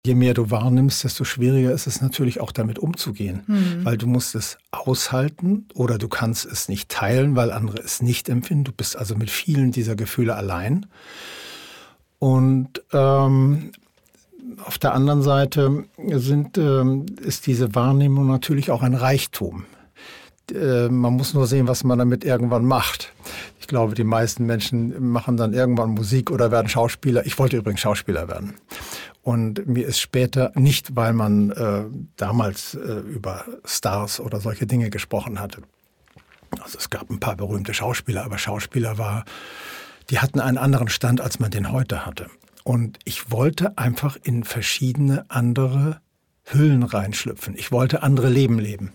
Je mehr du wahrnimmst, desto schwieriger ist es natürlich auch damit umzugehen, weil du musst es aushalten oder du kannst es nicht teilen, weil andere es nicht empfinden. Du bist also mit vielen dieser Gefühle allein. Und auf der anderen Seite ist diese Wahrnehmung natürlich auch ein Reichtum. Man muss nur sehen, was man damit irgendwann macht. Ich glaube, die meisten Menschen machen dann irgendwann Musik oder werden Schauspieler. Ich wollte übrigens Schauspieler werden. Und mir ist später, nicht weil man damals über Stars oder solche Dinge gesprochen hatte. Also es gab ein paar berühmte Schauspieler, aber die hatten einen anderen Stand, als man den heute hatte. Und ich wollte einfach in verschiedene andere Hüllen reinschlüpfen. Ich wollte andere Leben leben.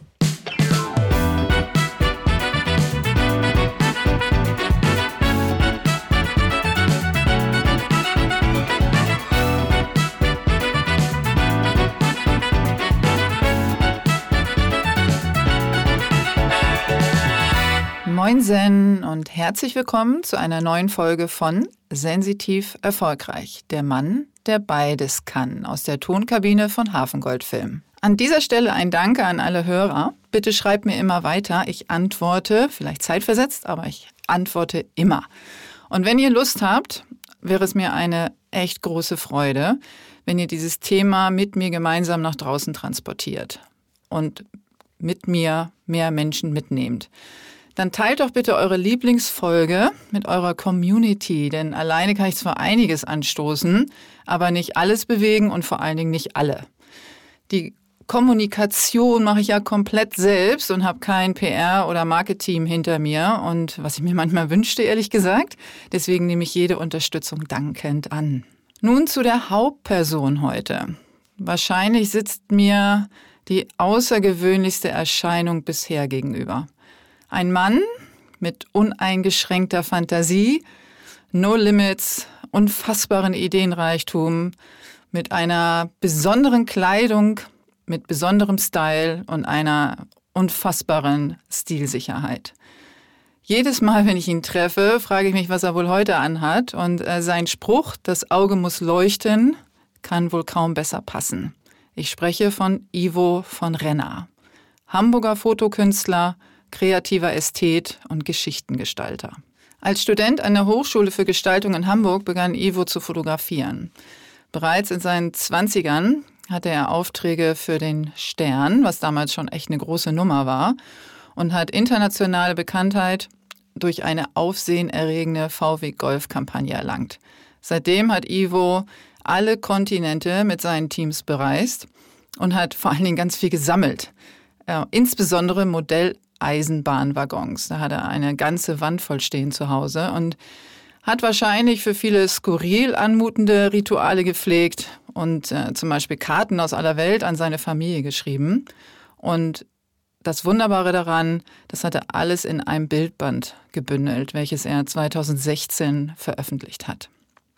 Moinsen und herzlich willkommen zu einer neuen Folge von Sensitiv Erfolgreich. Der Mann, der beides kann, aus der Tonkabine von Hafengold Film. An dieser Stelle ein Danke an alle Hörer. Bitte schreibt mir immer weiter. Ich antworte, vielleicht zeitversetzt, aber ich antworte immer. Und wenn ihr Lust habt, wäre es mir eine echt große Freude, wenn ihr dieses Thema mit mir gemeinsam nach draußen transportiert und mit mir mehr Menschen mitnehmt. Dann teilt doch bitte eure Lieblingsfolge mit eurer Community, denn alleine kann ich zwar einiges anstoßen, aber nicht alles bewegen und vor allen Dingen nicht alle. Die Kommunikation mache ich ja komplett selbst und habe kein PR- oder Marketing hinter mir und was ich mir manchmal wünschte, ehrlich gesagt. Deswegen nehme ich jede Unterstützung dankend an. Nun zu der Hauptperson heute. Wahrscheinlich sitzt mir die außergewöhnlichste Erscheinung bisher gegenüber. Ein Mann mit uneingeschränkter Fantasie, no limits, unfassbaren Ideenreichtum, mit einer besonderen Kleidung, mit besonderem Style und einer unfassbaren Stilsicherheit. Jedes Mal, wenn ich ihn treffe, frage ich mich, was er wohl heute anhat. Und sein Spruch, das Auge muss leuchten, kann wohl kaum besser passen. Ich spreche von Ivo von Renner, Hamburger Fotokünstler, kreativer Ästhet und Geschichtengestalter. Als Student an der Hochschule für Gestaltung in Hamburg begann Ivo zu fotografieren. Bereits in seinen 20ern hatte er Aufträge für den Stern, was damals schon echt eine große Nummer war, und hat internationale Bekanntheit durch eine aufsehenerregende VW-Golf-Kampagne erlangt. Seitdem hat Ivo alle Kontinente mit seinen Teams bereist und hat vor allen Dingen ganz viel gesammelt. Insbesondere Modelleisenbahnwaggons. Da hat er eine ganze Wand voll stehen zu Hause und hat wahrscheinlich für viele skurril anmutende Rituale gepflegt und zum Beispiel Karten aus aller Welt an seine Familie geschrieben. Und das Wunderbare daran, das hat er alles in einem Bildband gebündelt, welches er 2016 veröffentlicht hat.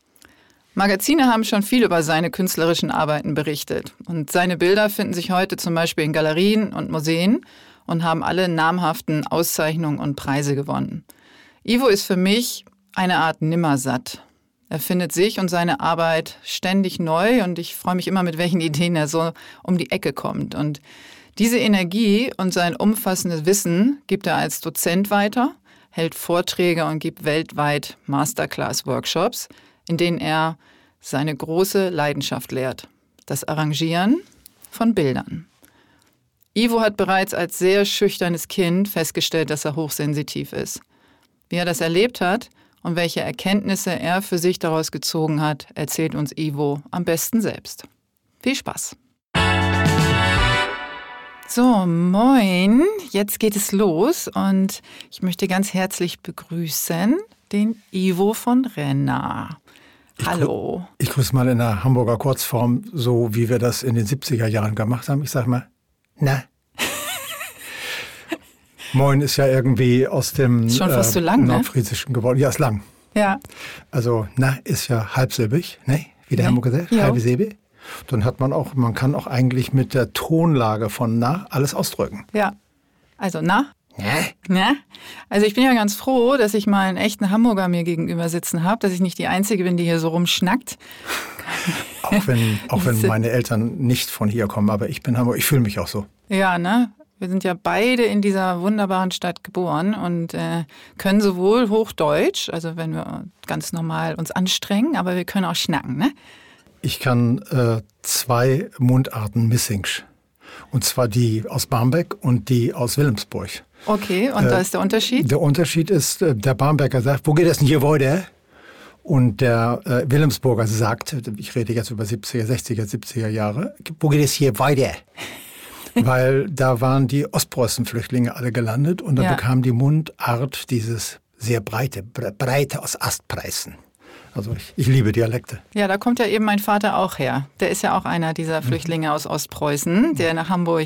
Magazine haben schon viel über seine künstlerischen Arbeiten berichtet. Und seine Bilder finden sich heute zum Beispiel in Galerien und Museen und haben alle namhaften Auszeichnungen und Preise gewonnen. Ivo ist für mich eine Art Nimmersatt. Er findet sich und seine Arbeit ständig neu und ich freue mich immer, mit welchen Ideen er so um die Ecke kommt. Und diese Energie und sein umfassendes Wissen gibt er als Dozent weiter, hält Vorträge und gibt weltweit Masterclass-Workshops, in denen er seine große Leidenschaft lehrt, das Arrangieren von Bildern. Ivo hat bereits als sehr schüchternes Kind festgestellt, dass er hochsensitiv ist. Wie er das erlebt hat und welche Erkenntnisse er für sich daraus gezogen hat, erzählt uns Ivo am besten selbst. Viel Spaß! So, moin, jetzt geht es los und ich möchte ganz herzlich begrüßen den Ivo von Renner. Hallo. Ich grüße mal in der Hamburger Kurzform, so wie wir das in den 70er Jahren gemacht haben. Ich sage mal, na. Moin ist ja irgendwie aus dem schon fast so lang, Nordfriesischen geworden. Ja, ist lang. Ja. Also, na ist ja halbsilbig, ne? Wie der Hamburger sagt, halbe Silbe. Dann hat man kann auch eigentlich mit der Tonlage von na alles ausdrücken. Ja. Also na? Ja? Also ich bin ja ganz froh, dass ich mal einen echten Hamburger mir gegenüber sitzen habe, dass ich nicht die Einzige bin, die hier so rumschnackt. Auch wenn meine Eltern nicht von hier kommen, aber ich bin Hamburg, ich fühle mich auch so. Ja, ne? Wir sind ja beide in dieser wunderbaren Stadt geboren und können sowohl Hochdeutsch, also wenn wir ganz normal uns anstrengen, aber wir können auch schnacken, ne? Ich kann 2 Mundarten Missingsch. Und zwar die aus Barmbek und die aus Wilhelmsburg. Okay, und da ist der Unterschied? Der Unterschied ist, der Barmbeker sagt, wo geht das denn hier weiter? Und der Wilhelmsburger sagt, ich rede jetzt über 70er, 60er, 70er Jahre, wo geht es hier weiter? Weil da waren die Ostpreußen-Flüchtlinge alle gelandet und da bekam die Mundart dieses sehr breite aus Astpreisen. Also ich liebe Dialekte. Ja, da kommt ja eben mein Vater auch her. Der ist ja auch einer dieser Flüchtlinge aus Ostpreußen, der nach Hamburg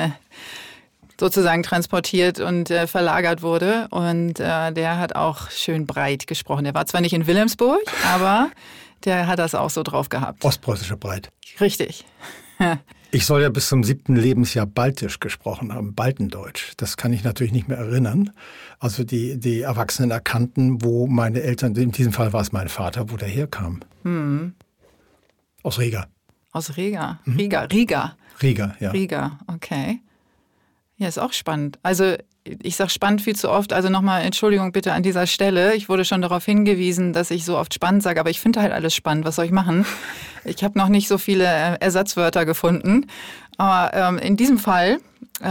sozusagen transportiert und verlagert wurde. Und der hat auch schön breit gesprochen. Der war zwar nicht in Wilhelmsburg, aber der hat das auch so drauf gehabt. Ostpreußischer Breit. Richtig. Ich soll ja bis zum 7. Lebensjahr Baltisch gesprochen haben, Baltendeutsch. Das kann ich natürlich nicht mehr erinnern. Also die Erwachsenen erkannten, wo meine Eltern, in diesem Fall war es mein Vater, wo der herkam. Hm. Aus Riga. Aus Riga? Mhm. Riga, ja. Riga, okay. Ja, ist auch spannend. Also ich sage spannend viel zu oft, also nochmal Entschuldigung bitte an dieser Stelle. Ich wurde schon darauf hingewiesen, dass ich so oft spannend sage, aber ich finde halt alles spannend. Was soll ich machen? Ich habe noch nicht so viele Ersatzwörter gefunden. Aber in diesem Fall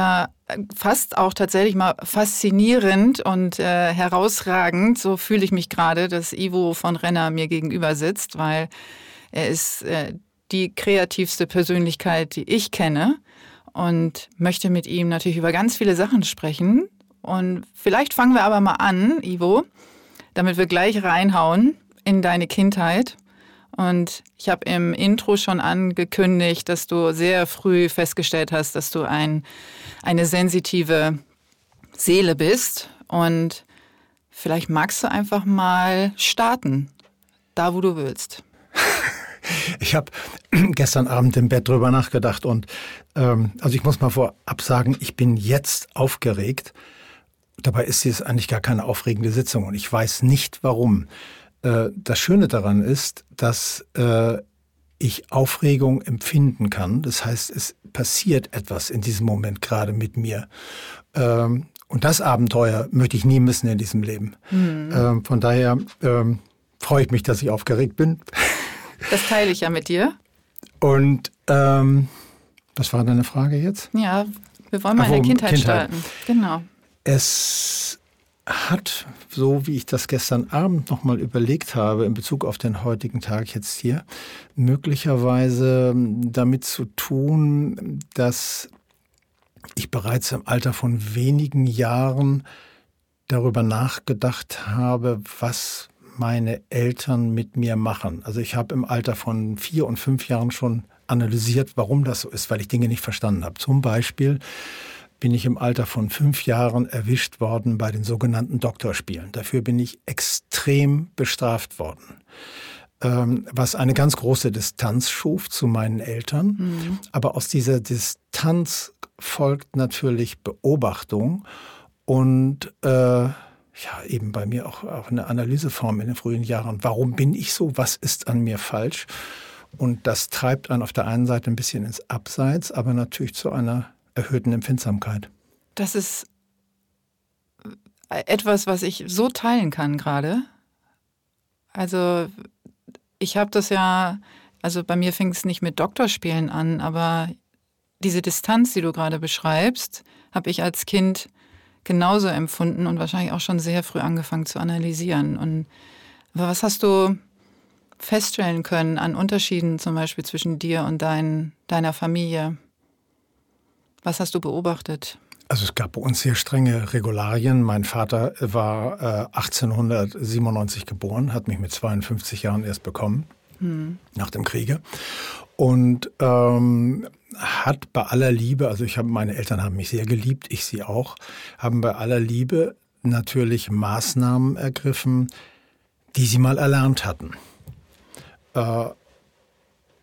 fast auch tatsächlich mal faszinierend und herausragend. So fühle ich mich gerade, dass Ivo von Renner mir gegenüber sitzt, weil er ist die kreativste Persönlichkeit, die ich kenne. Und möchte mit ihm natürlich über ganz viele Sachen sprechen. Und vielleicht fangen wir aber mal an, Ivo, damit wir gleich reinhauen in deine Kindheit. Und ich habe im Intro schon angekündigt, dass du sehr früh festgestellt hast, dass du eine sensitive Seele bist. Und vielleicht magst du einfach mal starten, da wo du willst. Ich habe gestern Abend im Bett drüber nachgedacht und also ich muss mal vorab sagen, ich bin jetzt aufgeregt. Dabei ist es eigentlich gar keine aufregende Sitzung und ich weiß nicht warum. Das Schöne daran ist, dass ich Aufregung empfinden kann. Das heißt, es passiert etwas in diesem Moment gerade mit mir. Und das Abenteuer möchte ich nie missen in diesem Leben. Mhm. Von daher freue ich mich, dass ich aufgeregt bin. Das teile ich ja mit dir. Und was war deine Frage jetzt? Ja, wir wollen mal in der Kindheit starten. Genau. Es hat, so wie ich das gestern Abend nochmal überlegt habe, in Bezug auf den heutigen Tag jetzt hier, möglicherweise damit zu tun, dass ich bereits im Alter von wenigen Jahren darüber nachgedacht habe, was meine Eltern mit mir machen. Also ich habe im Alter von 4 und 5 Jahren schon analysiert, warum das so ist, weil ich Dinge nicht verstanden habe. Zum Beispiel bin ich im Alter von 5 Jahren erwischt worden bei den sogenannten Doktorspielen. Dafür bin ich extrem bestraft worden. Was eine ganz große Distanz schuf zu meinen Eltern. Mhm. Aber aus dieser Distanz folgt natürlich Beobachtung und eben bei mir auch eine Analyseform in den frühen Jahren. Warum bin ich so? Was ist an mir falsch? Und das treibt einen auf der einen Seite ein bisschen ins Abseits, aber natürlich zu einer erhöhten Empfindsamkeit. Das ist etwas, was ich so teilen kann gerade. Also ich habe das ja, also bei mir fing es nicht mit Doktorspielen an, aber diese Distanz, die du gerade beschreibst, habe ich als Kind genauso empfunden und wahrscheinlich auch schon sehr früh angefangen zu analysieren. Aber was hast du feststellen können an Unterschieden zum Beispiel zwischen dir und deiner Familie? Was hast du beobachtet? Also es gab bei uns sehr strenge Regularien. Mein Vater war 1897 geboren, hat mich mit 52 Jahren erst bekommen, nach dem Kriege. Und hat bei aller Liebe, also meine Eltern haben mich sehr geliebt, ich sie auch, haben bei aller Liebe natürlich Maßnahmen ergriffen, die sie mal erlernt hatten.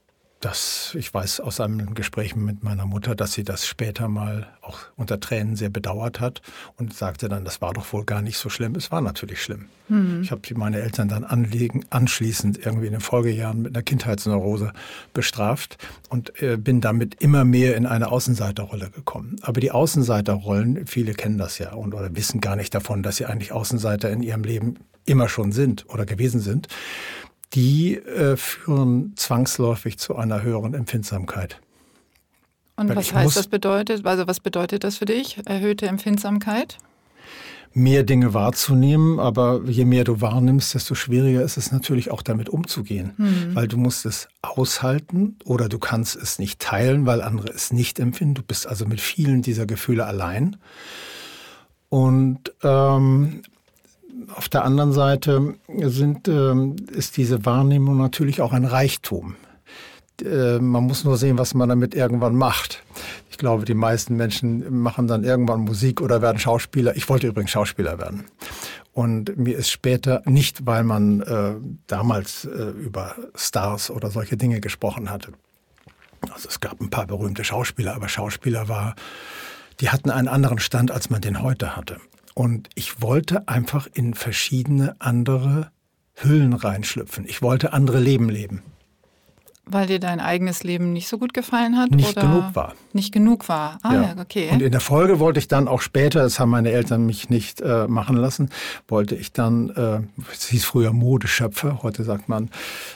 Ich weiß aus einem Gespräch mit meiner Mutter, dass sie das später mal auch unter Tränen sehr bedauert hat und sagte dann, das war doch wohl gar nicht so schlimm. Es war natürlich schlimm. Ich habe meine Eltern dann anschließend irgendwie in den Folgejahren mit einer Kindheitsneurose bestraft und bin damit immer mehr in eine Außenseiterrolle gekommen. Aber die Außenseiterrollen, viele kennen das ja oder wissen gar nicht davon, dass sie eigentlich Außenseiter in ihrem Leben immer schon sind oder gewesen sind. Die führen zwangsläufig zu einer höheren Empfindsamkeit. Und was heißt das bedeutet? Also was bedeutet das für dich? Erhöhte Empfindsamkeit? Mehr Dinge wahrzunehmen, aber je mehr du wahrnimmst, desto schwieriger ist es natürlich auch damit umzugehen. Weil du musst es aushalten oder du kannst es nicht teilen, weil andere es nicht empfinden. Du bist also mit vielen dieser Gefühle allein. Und auf der anderen Seite ist diese Wahrnehmung natürlich auch ein Reichtum. Man muss nur sehen, was man damit irgendwann macht. Ich glaube, die meisten Menschen machen dann irgendwann Musik oder werden Schauspieler. Ich wollte übrigens Schauspieler werden. Und mir ist später, nicht weil man damals über Stars oder solche Dinge gesprochen hatte. Also es gab ein paar berühmte Schauspieler, aber die hatten einen anderen Stand, als man den heute hatte. Und ich wollte einfach in verschiedene andere Hüllen reinschlüpfen. Ich wollte andere Leben leben. Weil dir dein eigenes Leben nicht so gut gefallen hat? Nicht genug war. Nicht genug war. Ja, okay. Und in der Folge wollte ich dann auch später, das haben meine Eltern mich nicht machen lassen, wollte ich dann, es hieß früher Modeschöpfer, heute sagt man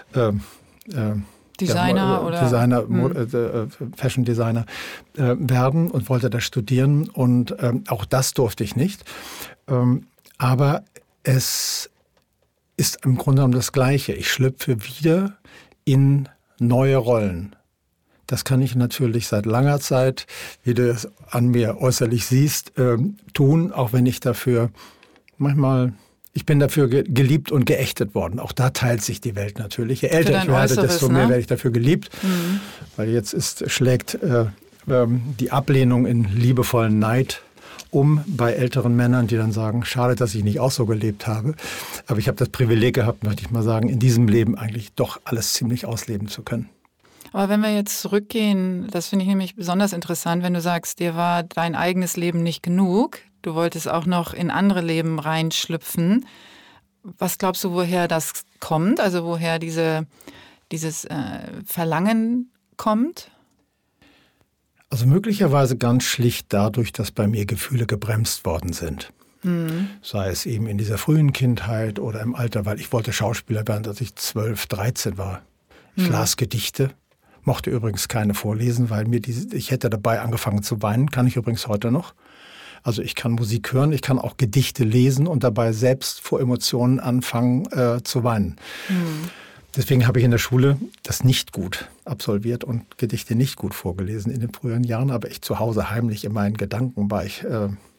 Designer Fashion Designer werden und wollte das studieren und auch das durfte ich nicht. Aber es ist im Grunde genommen das Gleiche. Ich schlüpfe wieder in neue Rollen. Das kann ich natürlich seit langer Zeit, wie du es an mir äußerlich siehst, tun, auch wenn ich dafür ich bin dafür geliebt und geächtet worden. Auch da teilt sich die Welt natürlich. Je älter ich werde, desto mehr werde ich dafür geliebt. Weil jetzt schlägt die Ablehnung in liebevollen Neid bei älteren Männern, die dann sagen, schade, dass ich nicht auch so gelebt habe. Aber ich habe das Privileg gehabt, möchte ich mal sagen, in diesem Leben eigentlich doch alles ziemlich ausleben zu können. Aber wenn wir jetzt zurückgehen, das finde ich nämlich besonders interessant, wenn du sagst, dir war dein eigenes Leben nicht genug, du wolltest auch noch in andere Leben reinschlüpfen. Was glaubst du, woher das kommt? Also woher dieses Verlangen kommt? Also möglicherweise ganz schlicht dadurch, dass bei mir Gefühle gebremst worden sind. Sei es eben in dieser frühen Kindheit oder im Alter, weil ich wollte Schauspieler werden, als ich 12, 13 war. Ich las Gedichte, mochte übrigens keine vorlesen, weil ich hätte dabei angefangen zu weinen, kann ich übrigens heute noch. Also ich kann Musik hören, ich kann auch Gedichte lesen und dabei selbst vor Emotionen anfangen zu weinen. Deswegen habe ich in der Schule das nicht gut absolviert und Gedichte nicht gut vorgelesen in den früheren Jahren. Aber ich zu Hause heimlich in meinen Gedanken war ich,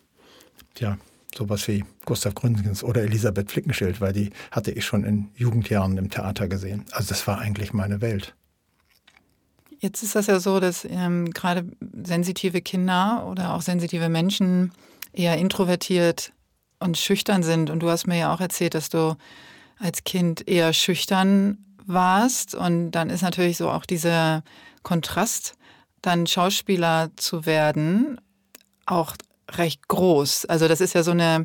sowas wie Gustav Gründgens oder Elisabeth Flickenschild, weil die hatte ich schon in Jugendjahren im Theater gesehen. Also das war eigentlich meine Welt. Jetzt ist das ja so, dass gerade sensitive Kinder oder auch sensitive Menschen eher introvertiert und schüchtern sind. Und du hast mir ja auch erzählt, dass du als Kind eher schüchtern warst. Und dann ist natürlich so auch dieser Kontrast, dann Schauspieler zu werden, auch recht groß. Also das ist ja so eine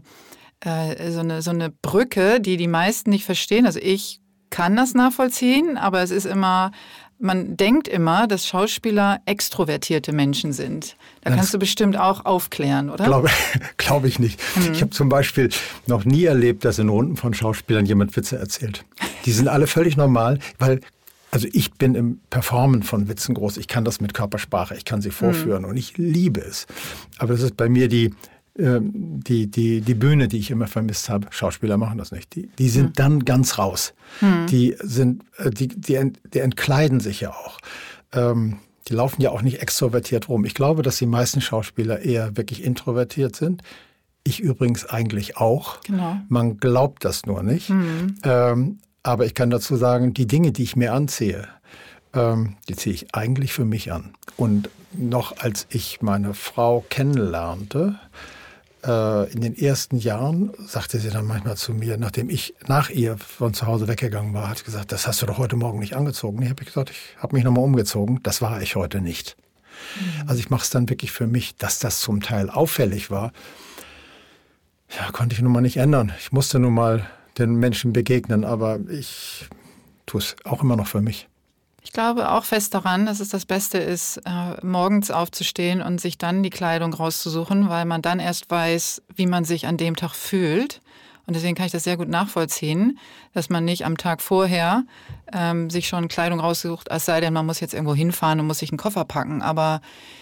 Brücke, die die meisten nicht verstehen. Also ich kann das nachvollziehen, aber es ist immer, man denkt immer, dass Schauspieler extrovertierte Menschen sind. Da kannst du bestimmt auch aufklären, oder? Glaube ich nicht. Ich habe zum Beispiel noch nie erlebt, dass in Runden von Schauspielern jemand Witze erzählt. Die sind alle völlig normal, weil ich bin im Performen von Witzen groß. Ich kann das mit Körpersprache, ich kann sie vorführen und ich liebe es. Aber das ist bei mir die Bühne, die ich immer vermisst habe. Schauspieler machen das nicht. Die sind dann ganz raus. Die entkleiden sich ja auch. Die laufen ja auch nicht extrovertiert rum. Ich glaube, dass die meisten Schauspieler eher wirklich introvertiert sind. Ich übrigens eigentlich auch. Genau. Man glaubt das nur nicht. Aber ich kann dazu sagen, die Dinge, die ich mir anziehe, die ziehe ich eigentlich für mich an. Und noch als ich meine Frau kennenlernte, in den ersten Jahren, sagte sie dann manchmal zu mir, nachdem ich nach ihr von zu Hause weggegangen war, hat sie gesagt, das hast du doch heute Morgen nicht angezogen. Nee, habe ich gesagt, ich habe mich nochmal umgezogen. Das war ich heute nicht. Also ich mache es dann wirklich für mich, dass das zum Teil auffällig war. Ja, konnte ich nun mal nicht ändern. Ich musste nun mal den Menschen begegnen, aber ich tue es auch immer noch für mich. Ich glaube auch fest daran, dass es das Beste ist, morgens aufzustehen und sich dann die Kleidung rauszusuchen, weil man dann erst weiß, wie man sich an dem Tag fühlt. Und deswegen kann ich das sehr gut nachvollziehen, dass man nicht am Tag vorher sich schon Kleidung raussucht, es sei denn, man muss jetzt irgendwo hinfahren und muss sich einen Koffer packen. Aber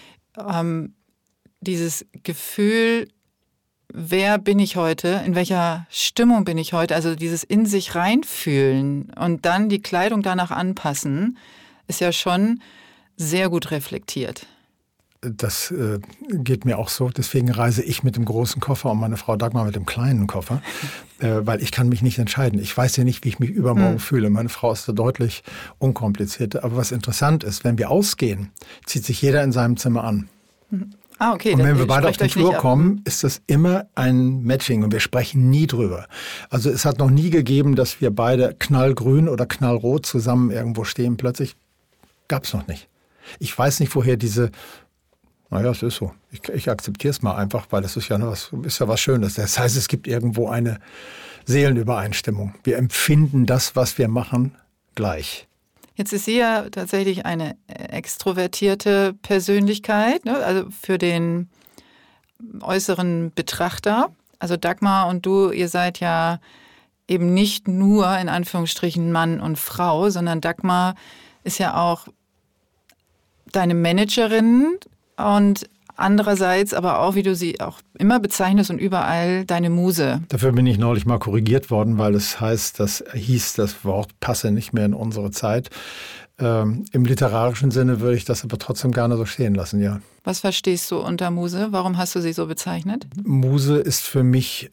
dieses Gefühl, wer bin ich heute, in welcher Stimmung bin ich heute, also dieses in sich reinfühlen und dann die Kleidung danach anpassen, ist ja schon sehr gut reflektiert. Das geht mir auch so. Deswegen reise ich mit dem großen Koffer und meine Frau Dagmar mit dem kleinen Koffer, weil ich kann mich nicht entscheiden. Ich weiß ja nicht, wie ich mich übermorgen fühle. Meine Frau ist da deutlich unkomplizierter. Aber was interessant ist, wenn wir ausgehen, zieht sich jeder in seinem Zimmer an. Ah, okay. Und wenn wir beide auf den Flur kommen, ist das immer ein Matching und wir sprechen nie drüber. Also es hat noch nie gegeben, dass wir beide knallgrün oder knallrot zusammen irgendwo stehen. Plötzlich gab es noch nicht. Ich weiß nicht, woher naja, es ist so. Ich akzeptiere es mal einfach, weil es ist ja was Schönes. Das heißt, es gibt irgendwo eine Seelenübereinstimmung. Wir empfinden das, was wir machen, gleich. Jetzt ist sie ja tatsächlich eine extrovertierte Persönlichkeit, ne? Also für den äußeren Betrachter. Also Dagmar und du, ihr seid ja eben nicht nur in Anführungsstrichen Mann und Frau, sondern Dagmar ist ja auch deine Managerin und andererseits aber auch, wie du sie auch immer bezeichnest und überall, deine Muse. Dafür bin ich neulich mal korrigiert worden, weil es heißt, das Wort passe nicht mehr in unsere Zeit. Im literarischen Sinne würde ich das aber trotzdem gerne so stehen lassen, ja. Was verstehst du unter Muse? Warum hast du sie so bezeichnet? Muse ist für mich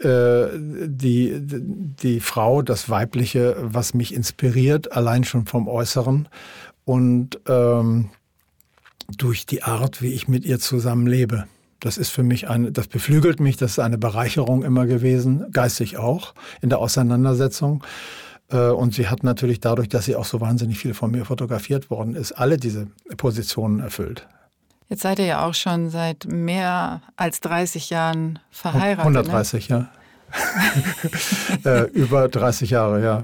die Frau, das Weibliche, was mich inspiriert, allein schon vom Äußeren und durch die Art, wie ich mit ihr zusammenlebe. Das ist für mich das beflügelt mich, das ist eine Bereicherung immer gewesen, geistig auch, in der Auseinandersetzung. Und sie hat natürlich dadurch, dass sie auch so wahnsinnig viel von mir fotografiert worden ist, alle diese Positionen erfüllt. Jetzt seid ihr ja auch schon seit mehr als 30 Jahren verheiratet. 130, ne? Ja. Über 30 Jahre, ja.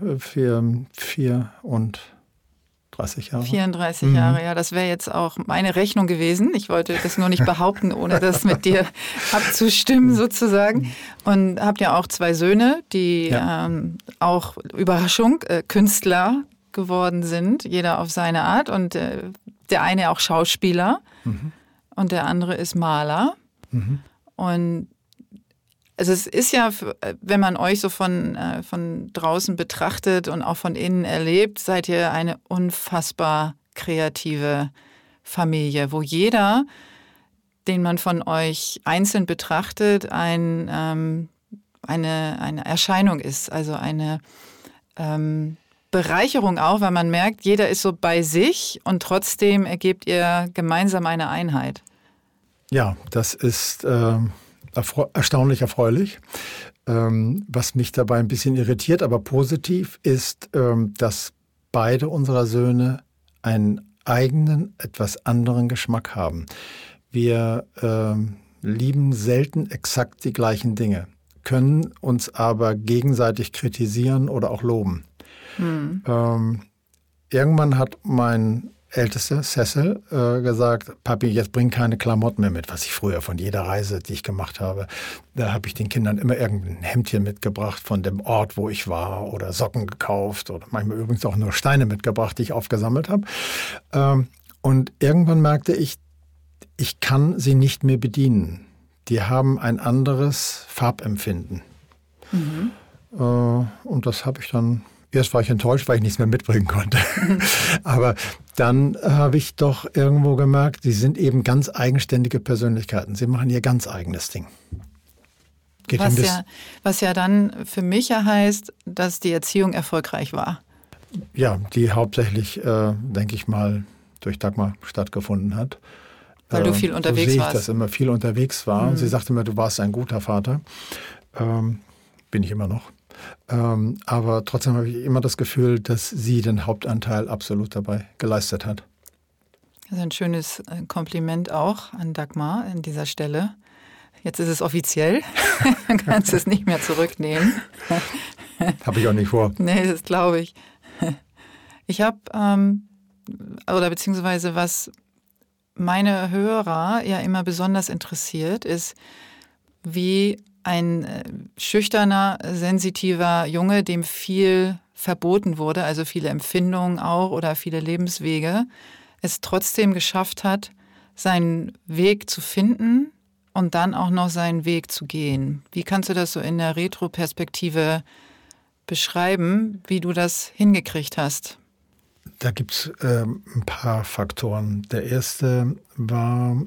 34 Jahre. 34 Jahre, ja. Das wäre jetzt auch meine Rechnung gewesen. Ich wollte das nur nicht behaupten, ohne das mit dir abzustimmen sozusagen. Und habt ja auch 2 Söhne, die auch, Überraschung, Künstler geworden sind. Jeder auf seine Art. Und der eine auch Schauspieler und der andere ist Maler. Und also es ist ja, wenn man euch so von draußen betrachtet und auch von innen erlebt, seid ihr eine unfassbar kreative Familie, wo jeder, den man von euch einzeln betrachtet, eine Erscheinung ist, also eine Bereicherung auch, weil man merkt, jeder ist so bei sich und trotzdem ergebt ihr gemeinsam eine Einheit. Ja, das ist erstaunlich erfreulich. Was mich dabei ein bisschen irritiert, aber positiv ist, dass beide unserer Söhne einen eigenen, etwas anderen Geschmack haben. Wir lieben selten exakt die gleichen Dinge, können uns aber gegenseitig kritisieren oder auch loben. Irgendwann hat mein Ältester, Cecil, gesagt, Papi, jetzt bring keine Klamotten mehr mit, was ich früher von jeder Reise, die ich gemacht habe. Da habe ich den Kindern immer irgendein Hemdchen mitgebracht von dem Ort, wo ich war oder Socken gekauft oder manchmal übrigens auch nur Steine mitgebracht, die ich aufgesammelt habe. Und irgendwann merkte ich, ich kann sie nicht mehr bedienen. Die haben ein anderes Farbempfinden. Und das habe ich dann... Erst war ich enttäuscht, weil ich nichts mehr mitbringen konnte. Aber dann habe ich doch irgendwo gemerkt, sie sind eben ganz eigenständige Persönlichkeiten. Sie machen ihr ganz eigenes Ding. Was ja dann für mich ja heißt, dass die Erziehung erfolgreich war. Ja, die hauptsächlich, denke ich mal, durch Dagmar stattgefunden hat. Weil du viel unterwegs so warst. sehe ich das immer, viel unterwegs war. Und sie sagte immer, du warst ein guter Vater. Bin ich immer noch. Aber trotzdem habe ich immer das Gefühl, dass sie den Hauptanteil absolut dabei geleistet hat. Das ist ein schönes Kompliment auch an Dagmar an dieser Stelle. Jetzt ist es offiziell. Du kannst es nicht mehr zurücknehmen. Habe ich auch nicht vor. Nee, das glaube ich. Ich habe, oder beziehungsweise was meine Hörer ja immer besonders interessiert, ist, wie ein schüchterner, sensitiver Junge, dem viel verboten wurde, also viele Empfindungen auch oder viele Lebenswege, es trotzdem geschafft hat, seinen Weg zu finden und dann auch noch seinen Weg zu gehen. Wie kannst du das so in der Retroperspektive beschreiben, wie du das hingekriegt hast? Da gibt es ein paar Faktoren. Der erste war,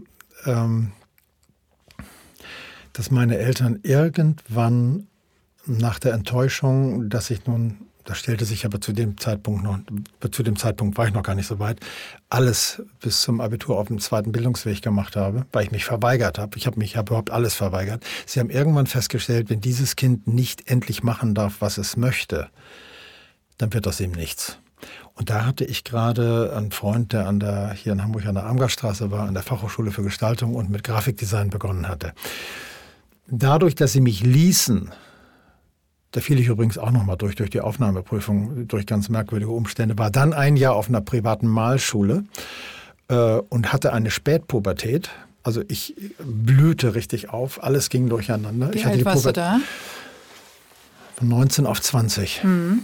dass meine Eltern irgendwann nach der Enttäuschung, dass ich nun, das stellte sich aber zu dem Zeitpunkt war ich noch gar nicht so weit, alles bis zum Abitur auf dem zweiten Bildungsweg gemacht habe, weil ich mich verweigert habe. Ich habe überhaupt alles verweigert. Sie haben irgendwann festgestellt, wenn dieses Kind nicht endlich machen darf, was es möchte, dann wird aus ihm nichts. Und da hatte ich gerade einen Freund, der hier in Hamburg an der Amgarstraße war, an der Fachhochschule für Gestaltung und mit Grafikdesign begonnen hatte. Dadurch, dass sie mich ließen, da fiel ich übrigens auch nochmal durch die Aufnahmeprüfung, durch ganz merkwürdige Umstände, war dann ein Jahr auf einer privaten Malschule und hatte eine Spätpubertät. Also ich blühte richtig auf, alles ging durcheinander. Wie alt warst du da? Von 19 auf 20.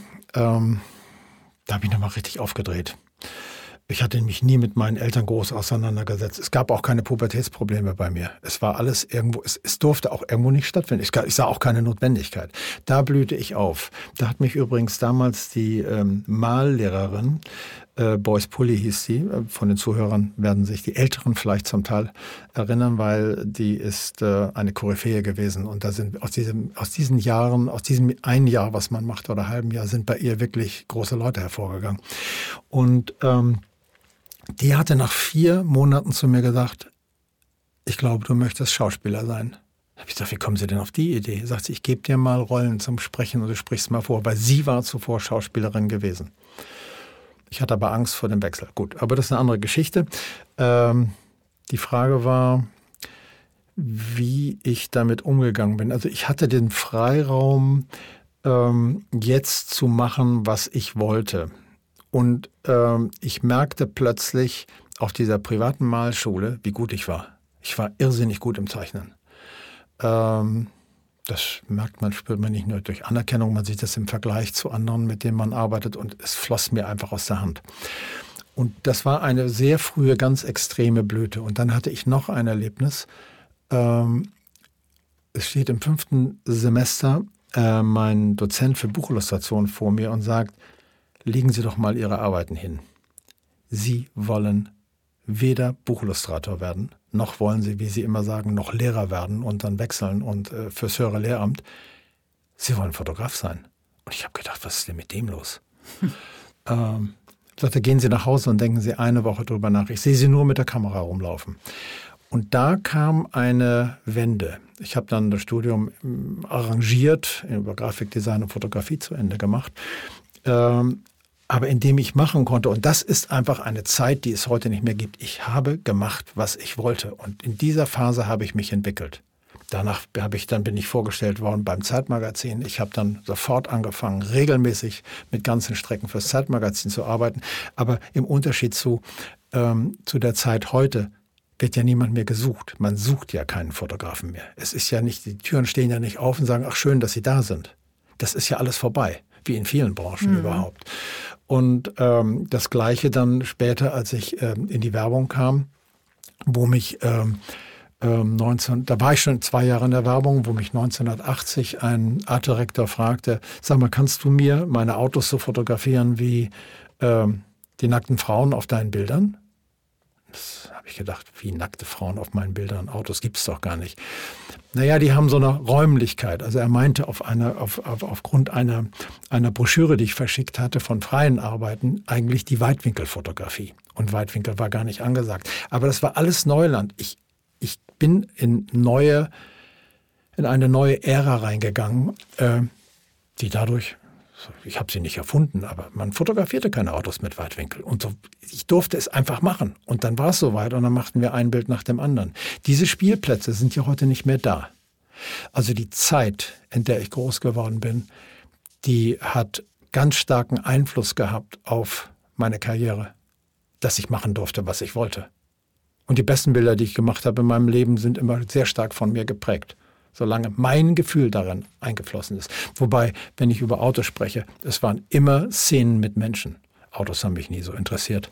Da habe ich nochmal richtig aufgedreht. Ich hatte mich nie mit meinen Eltern groß auseinandergesetzt. Es gab auch keine Pubertätsprobleme bei mir. Es war alles irgendwo, es durfte auch irgendwo nicht stattfinden. Ich sah auch keine Notwendigkeit. Da blühte ich auf. Da hat mich übrigens damals die Mallehrerin, Boyce Pully hieß sie, von den Zuhörern werden sich die Älteren vielleicht zum Teil erinnern, weil die ist eine Koryphäe gewesen. Und da sind aus diesen Jahren, aus diesem einen Jahr, was man macht, oder halben Jahr, sind bei ihr wirklich große Leute hervorgegangen. Und die hatte nach 4 Monaten zu mir gesagt, ich glaube, du möchtest Schauspieler sein. Da habe ich gesagt, wie kommen Sie denn auf die Idee? Sagt sie, ich gebe dir mal Rollen zum Sprechen und du sprichst mal vor, weil sie war zuvor Schauspielerin gewesen. Ich hatte aber Angst vor dem Wechsel. Gut, aber das ist eine andere Geschichte. Die Frage war, wie ich damit umgegangen bin. Also ich hatte den Freiraum, jetzt zu machen, was ich wollte. Und ich merkte plötzlich auf dieser privaten Malschule, wie gut ich war. Ich war irrsinnig gut im Zeichnen. Das merkt man, spürt man nicht nur durch Anerkennung, man sieht das im Vergleich zu anderen, mit denen man arbeitet, und es floss mir einfach aus der Hand. Und das war eine sehr frühe, ganz extreme Blüte. Und dann hatte ich noch ein Erlebnis. Es steht im 5. Semester mein Dozent für Buchillustration vor mir und sagt, legen Sie doch mal Ihre Arbeiten hin. Sie wollen weder Buchillustrator werden, noch wollen Sie, wie Sie immer sagen, noch Lehrer werden und dann wechseln und fürs höhere Lehramt. Sie wollen Fotograf sein. Und ich habe gedacht, was ist denn mit dem los? Ich sagte, gehen Sie nach Hause und denken Sie eine Woche drüber nach. Ich sehe Sie nur mit der Kamera rumlaufen. Und da kam eine Wende. Ich habe dann das Studium arrangiert, über Grafikdesign und Fotografie zu Ende gemacht. Aber indem ich machen konnte, und das ist einfach eine Zeit, die es heute nicht mehr gibt. Ich habe gemacht, was ich wollte. Und in dieser Phase habe ich mich entwickelt. Danach bin ich vorgestellt worden beim Zeitmagazin. Ich habe dann sofort angefangen, regelmäßig mit ganzen Strecken fürs Zeitmagazin zu arbeiten. Aber im Unterschied zu der Zeit heute wird ja niemand mehr gesucht. Man sucht ja keinen Fotografen mehr. Es ist ja nicht, die Türen stehen ja nicht auf und sagen, ach schön, dass Sie da sind. Das ist ja alles vorbei, wie in vielen Branchen überhaupt. Und das Gleiche dann später, als ich in die Werbung kam, wo mich da war ich schon 2 Jahre in der Werbung, wo mich 1980 ein Artdirektor fragte, sag mal, kannst du mir meine Autos so fotografieren wie die nackten Frauen auf deinen Bildern? Das habe ich gedacht, wie nackte Frauen auf meinen Bildern, Autos gibt es doch gar nicht. Naja, die haben so eine Räumlichkeit. Also er meinte aufgrund einer Broschüre, die ich verschickt hatte von freien Arbeiten, eigentlich die Weitwinkelfotografie. Und Weitwinkel war gar nicht angesagt. Aber das war alles Neuland. Ich bin in eine neue Ära reingegangen, die dadurch, ich habe sie nicht erfunden, aber man fotografierte keine Autos mit Weitwinkel. Und so, ich durfte es einfach machen. Und dann war es soweit und dann machten wir ein Bild nach dem anderen. Diese Spielplätze sind ja heute nicht mehr da. Also die Zeit, in der ich groß geworden bin, die hat ganz starken Einfluss gehabt auf meine Karriere, dass ich machen durfte, was ich wollte. Und die besten Bilder, die ich gemacht habe in meinem Leben, sind immer sehr stark von mir geprägt. Solange mein Gefühl darin eingeflossen ist. Wobei, wenn ich über Autos spreche, es waren immer Szenen mit Menschen. Autos haben mich nie so interessiert.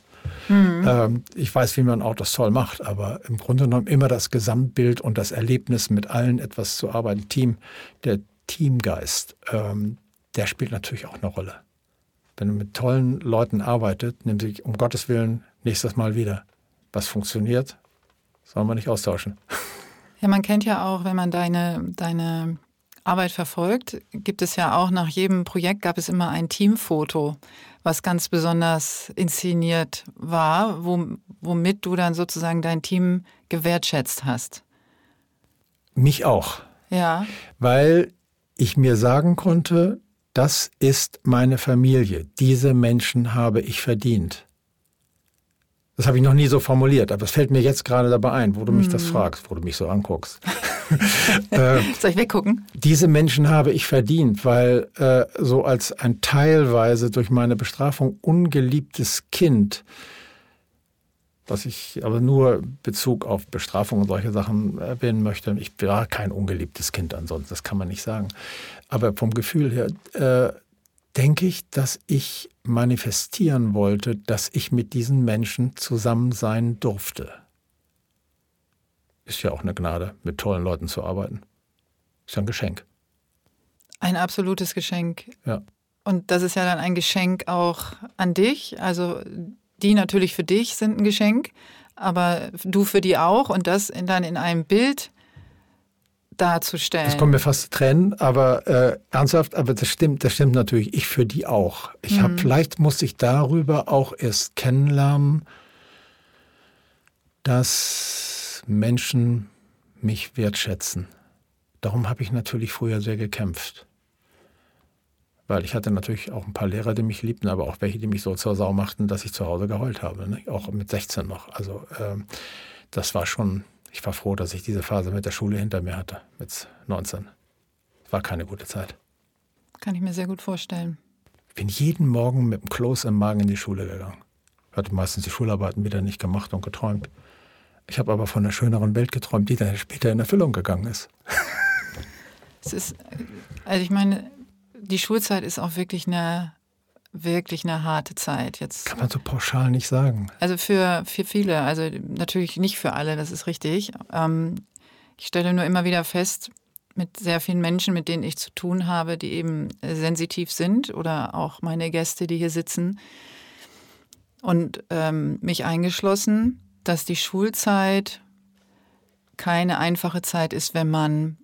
Ich weiß, wie man Autos toll macht, aber im Grunde genommen immer das Gesamtbild und das Erlebnis, mit allen etwas zu arbeiten. Der Teamgeist, der spielt natürlich auch eine Rolle. Wenn man mit tollen Leuten arbeitet, nimmt sich um Gottes Willen nächstes Mal wieder. Was funktioniert, soll man nicht austauschen. Ja, man kennt ja auch, wenn man deine Arbeit verfolgt, gibt es ja auch nach jedem Projekt gab es immer ein Teamfoto, was ganz besonders inszeniert war, womit du dann sozusagen dein Team gewertschätzt hast. Mich auch. Ja. Weil ich mir sagen konnte, das ist meine Familie. Diese Menschen habe ich verdient. Das habe ich noch nie so formuliert, aber es fällt mir jetzt gerade dabei ein, wo du mich das fragst, wo du mich so anguckst. Soll ich weggucken? Diese Menschen habe ich verdient, weil so als ein teilweise durch meine Bestrafung ungeliebtes Kind, was ich aber nur Bezug auf Bestrafung und solche Sachen erwähnen möchte, ich war kein ungeliebtes Kind ansonsten, das kann man nicht sagen. Aber vom Gefühl her denke ich, dass ich manifestieren wollte, dass ich mit diesen Menschen zusammen sein durfte. Ist ja auch eine Gnade, mit tollen Leuten zu arbeiten. Ist ja ein Geschenk. Ein absolutes Geschenk. Ja. Und das ist ja dann ein Geschenk auch an dich. Also die natürlich für dich sind ein Geschenk, aber du für die auch. Und das dann in einem Bild darzustellen. Es kommen mir fast Tränen, aber ernsthaft, aber das stimmt natürlich, ich für die auch. Vielleicht musste ich darüber auch erst kennenlernen, dass Menschen mich wertschätzen. Darum habe ich natürlich früher sehr gekämpft. Weil ich hatte natürlich auch ein paar Lehrer, die mich liebten, aber auch welche, die mich so zur Sau machten, dass ich zu Hause geheult habe. Ne? Auch mit 16 noch. Also das war schon... Ich war froh, dass ich diese Phase mit der Schule hinter mir hatte, mit 19. War keine gute Zeit. Kann ich mir sehr gut vorstellen. Ich bin jeden Morgen mit dem Kloß im Magen in die Schule gegangen. Ich hatte meistens die Schularbeiten wieder nicht gemacht und geträumt. Ich habe aber von einer schöneren Welt geträumt, die dann später in Erfüllung gegangen ist. Also ich meine, die Schulzeit ist auch wirklich eine harte Zeit. Jetzt kann man so pauschal nicht sagen. Also für viele, also natürlich nicht für alle, das ist richtig. Ich stelle nur immer wieder fest, mit sehr vielen Menschen, mit denen ich zu tun habe, die eben sensitiv sind oder auch meine Gäste, die hier sitzen und mich eingeschlossen, dass die Schulzeit keine einfache Zeit ist, wenn man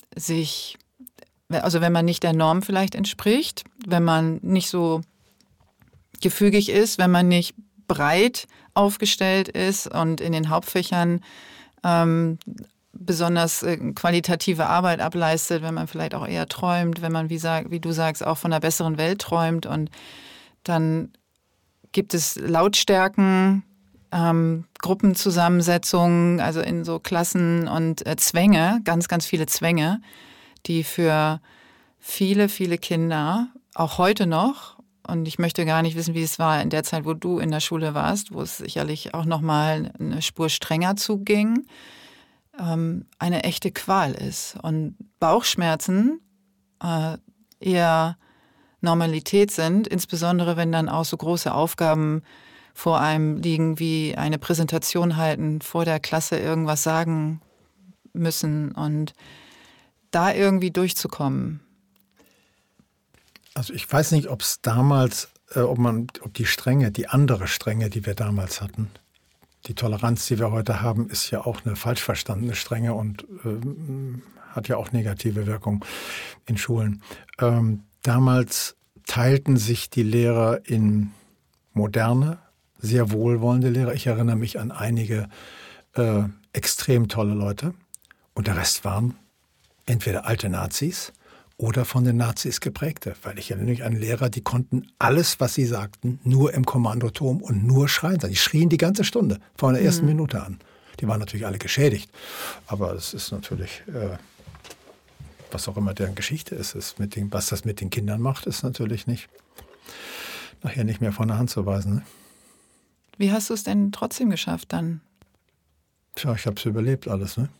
nicht der Norm vielleicht entspricht, wenn man nicht so gefügig ist, wenn man nicht breit aufgestellt ist und in den Hauptfächern besonders qualitative Arbeit ableistet, wenn man vielleicht auch eher träumt, wenn man, wie du sagst, auch von einer besseren Welt träumt. Und dann gibt es Lautstärken, Gruppenzusammensetzungen, also in so Klassen und Zwänge, ganz, ganz viele Zwänge, die für viele, viele Kinder, auch heute noch, und ich möchte gar nicht wissen, wie es war in der Zeit, wo du in der Schule warst, wo es sicherlich auch nochmal eine Spur strenger zuging, eine echte Qual ist. Und Bauchschmerzen eher Normalität sind, insbesondere wenn dann auch so große Aufgaben vor einem liegen, wie eine Präsentation halten, vor der Klasse irgendwas sagen müssen und da irgendwie durchzukommen. Also ich weiß nicht, ob es damals, ob die andere Strenge, die wir damals hatten, die Toleranz, die wir heute haben, ist ja auch eine falsch verstandene Strenge und hat ja auch negative Wirkung in Schulen. Damals teilten sich die Lehrer in moderne, sehr wohlwollende Lehrer. Ich erinnere mich an einige extrem tolle Leute. Und der Rest waren entweder alte Nazis oder von den Nazis geprägte. Weil ich erinnere mich an Lehrer, die konnten alles, was sie sagten, nur im Kommandoturm und nur schreien. Die schrien die ganze Stunde von der ersten Minute an. Die waren natürlich alle geschädigt. Aber es ist natürlich, was auch immer deren Geschichte ist, was das mit den Kindern macht, ist natürlich nachher nicht mehr von der Hand zu weisen. Ne? Wie hast du es denn trotzdem geschafft dann? Tja, ich habe es überlebt alles. Ne?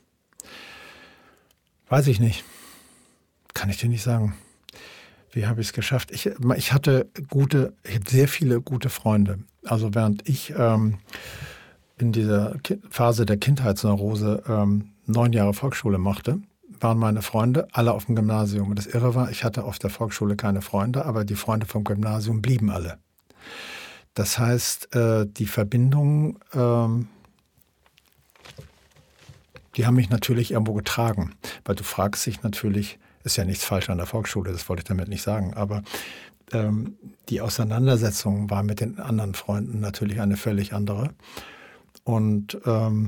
Weiß ich nicht. Kann ich dir nicht sagen. Wie habe ich es geschafft? Ich hatte sehr viele gute Freunde. Also während ich in dieser Phase der Kindheitsneurose 9 Jahre Volksschule machte, waren meine Freunde alle auf dem Gymnasium. Und das Irre war, ich hatte auf der Volksschule keine Freunde, aber die Freunde vom Gymnasium blieben alle. Das heißt, die Verbindungen, die haben mich natürlich irgendwo getragen. Weil du fragst dich natürlich, ist ja nichts falsch an der Volksschule, das wollte ich damit nicht sagen, aber die Auseinandersetzung war mit den anderen Freunden natürlich eine völlig andere. Und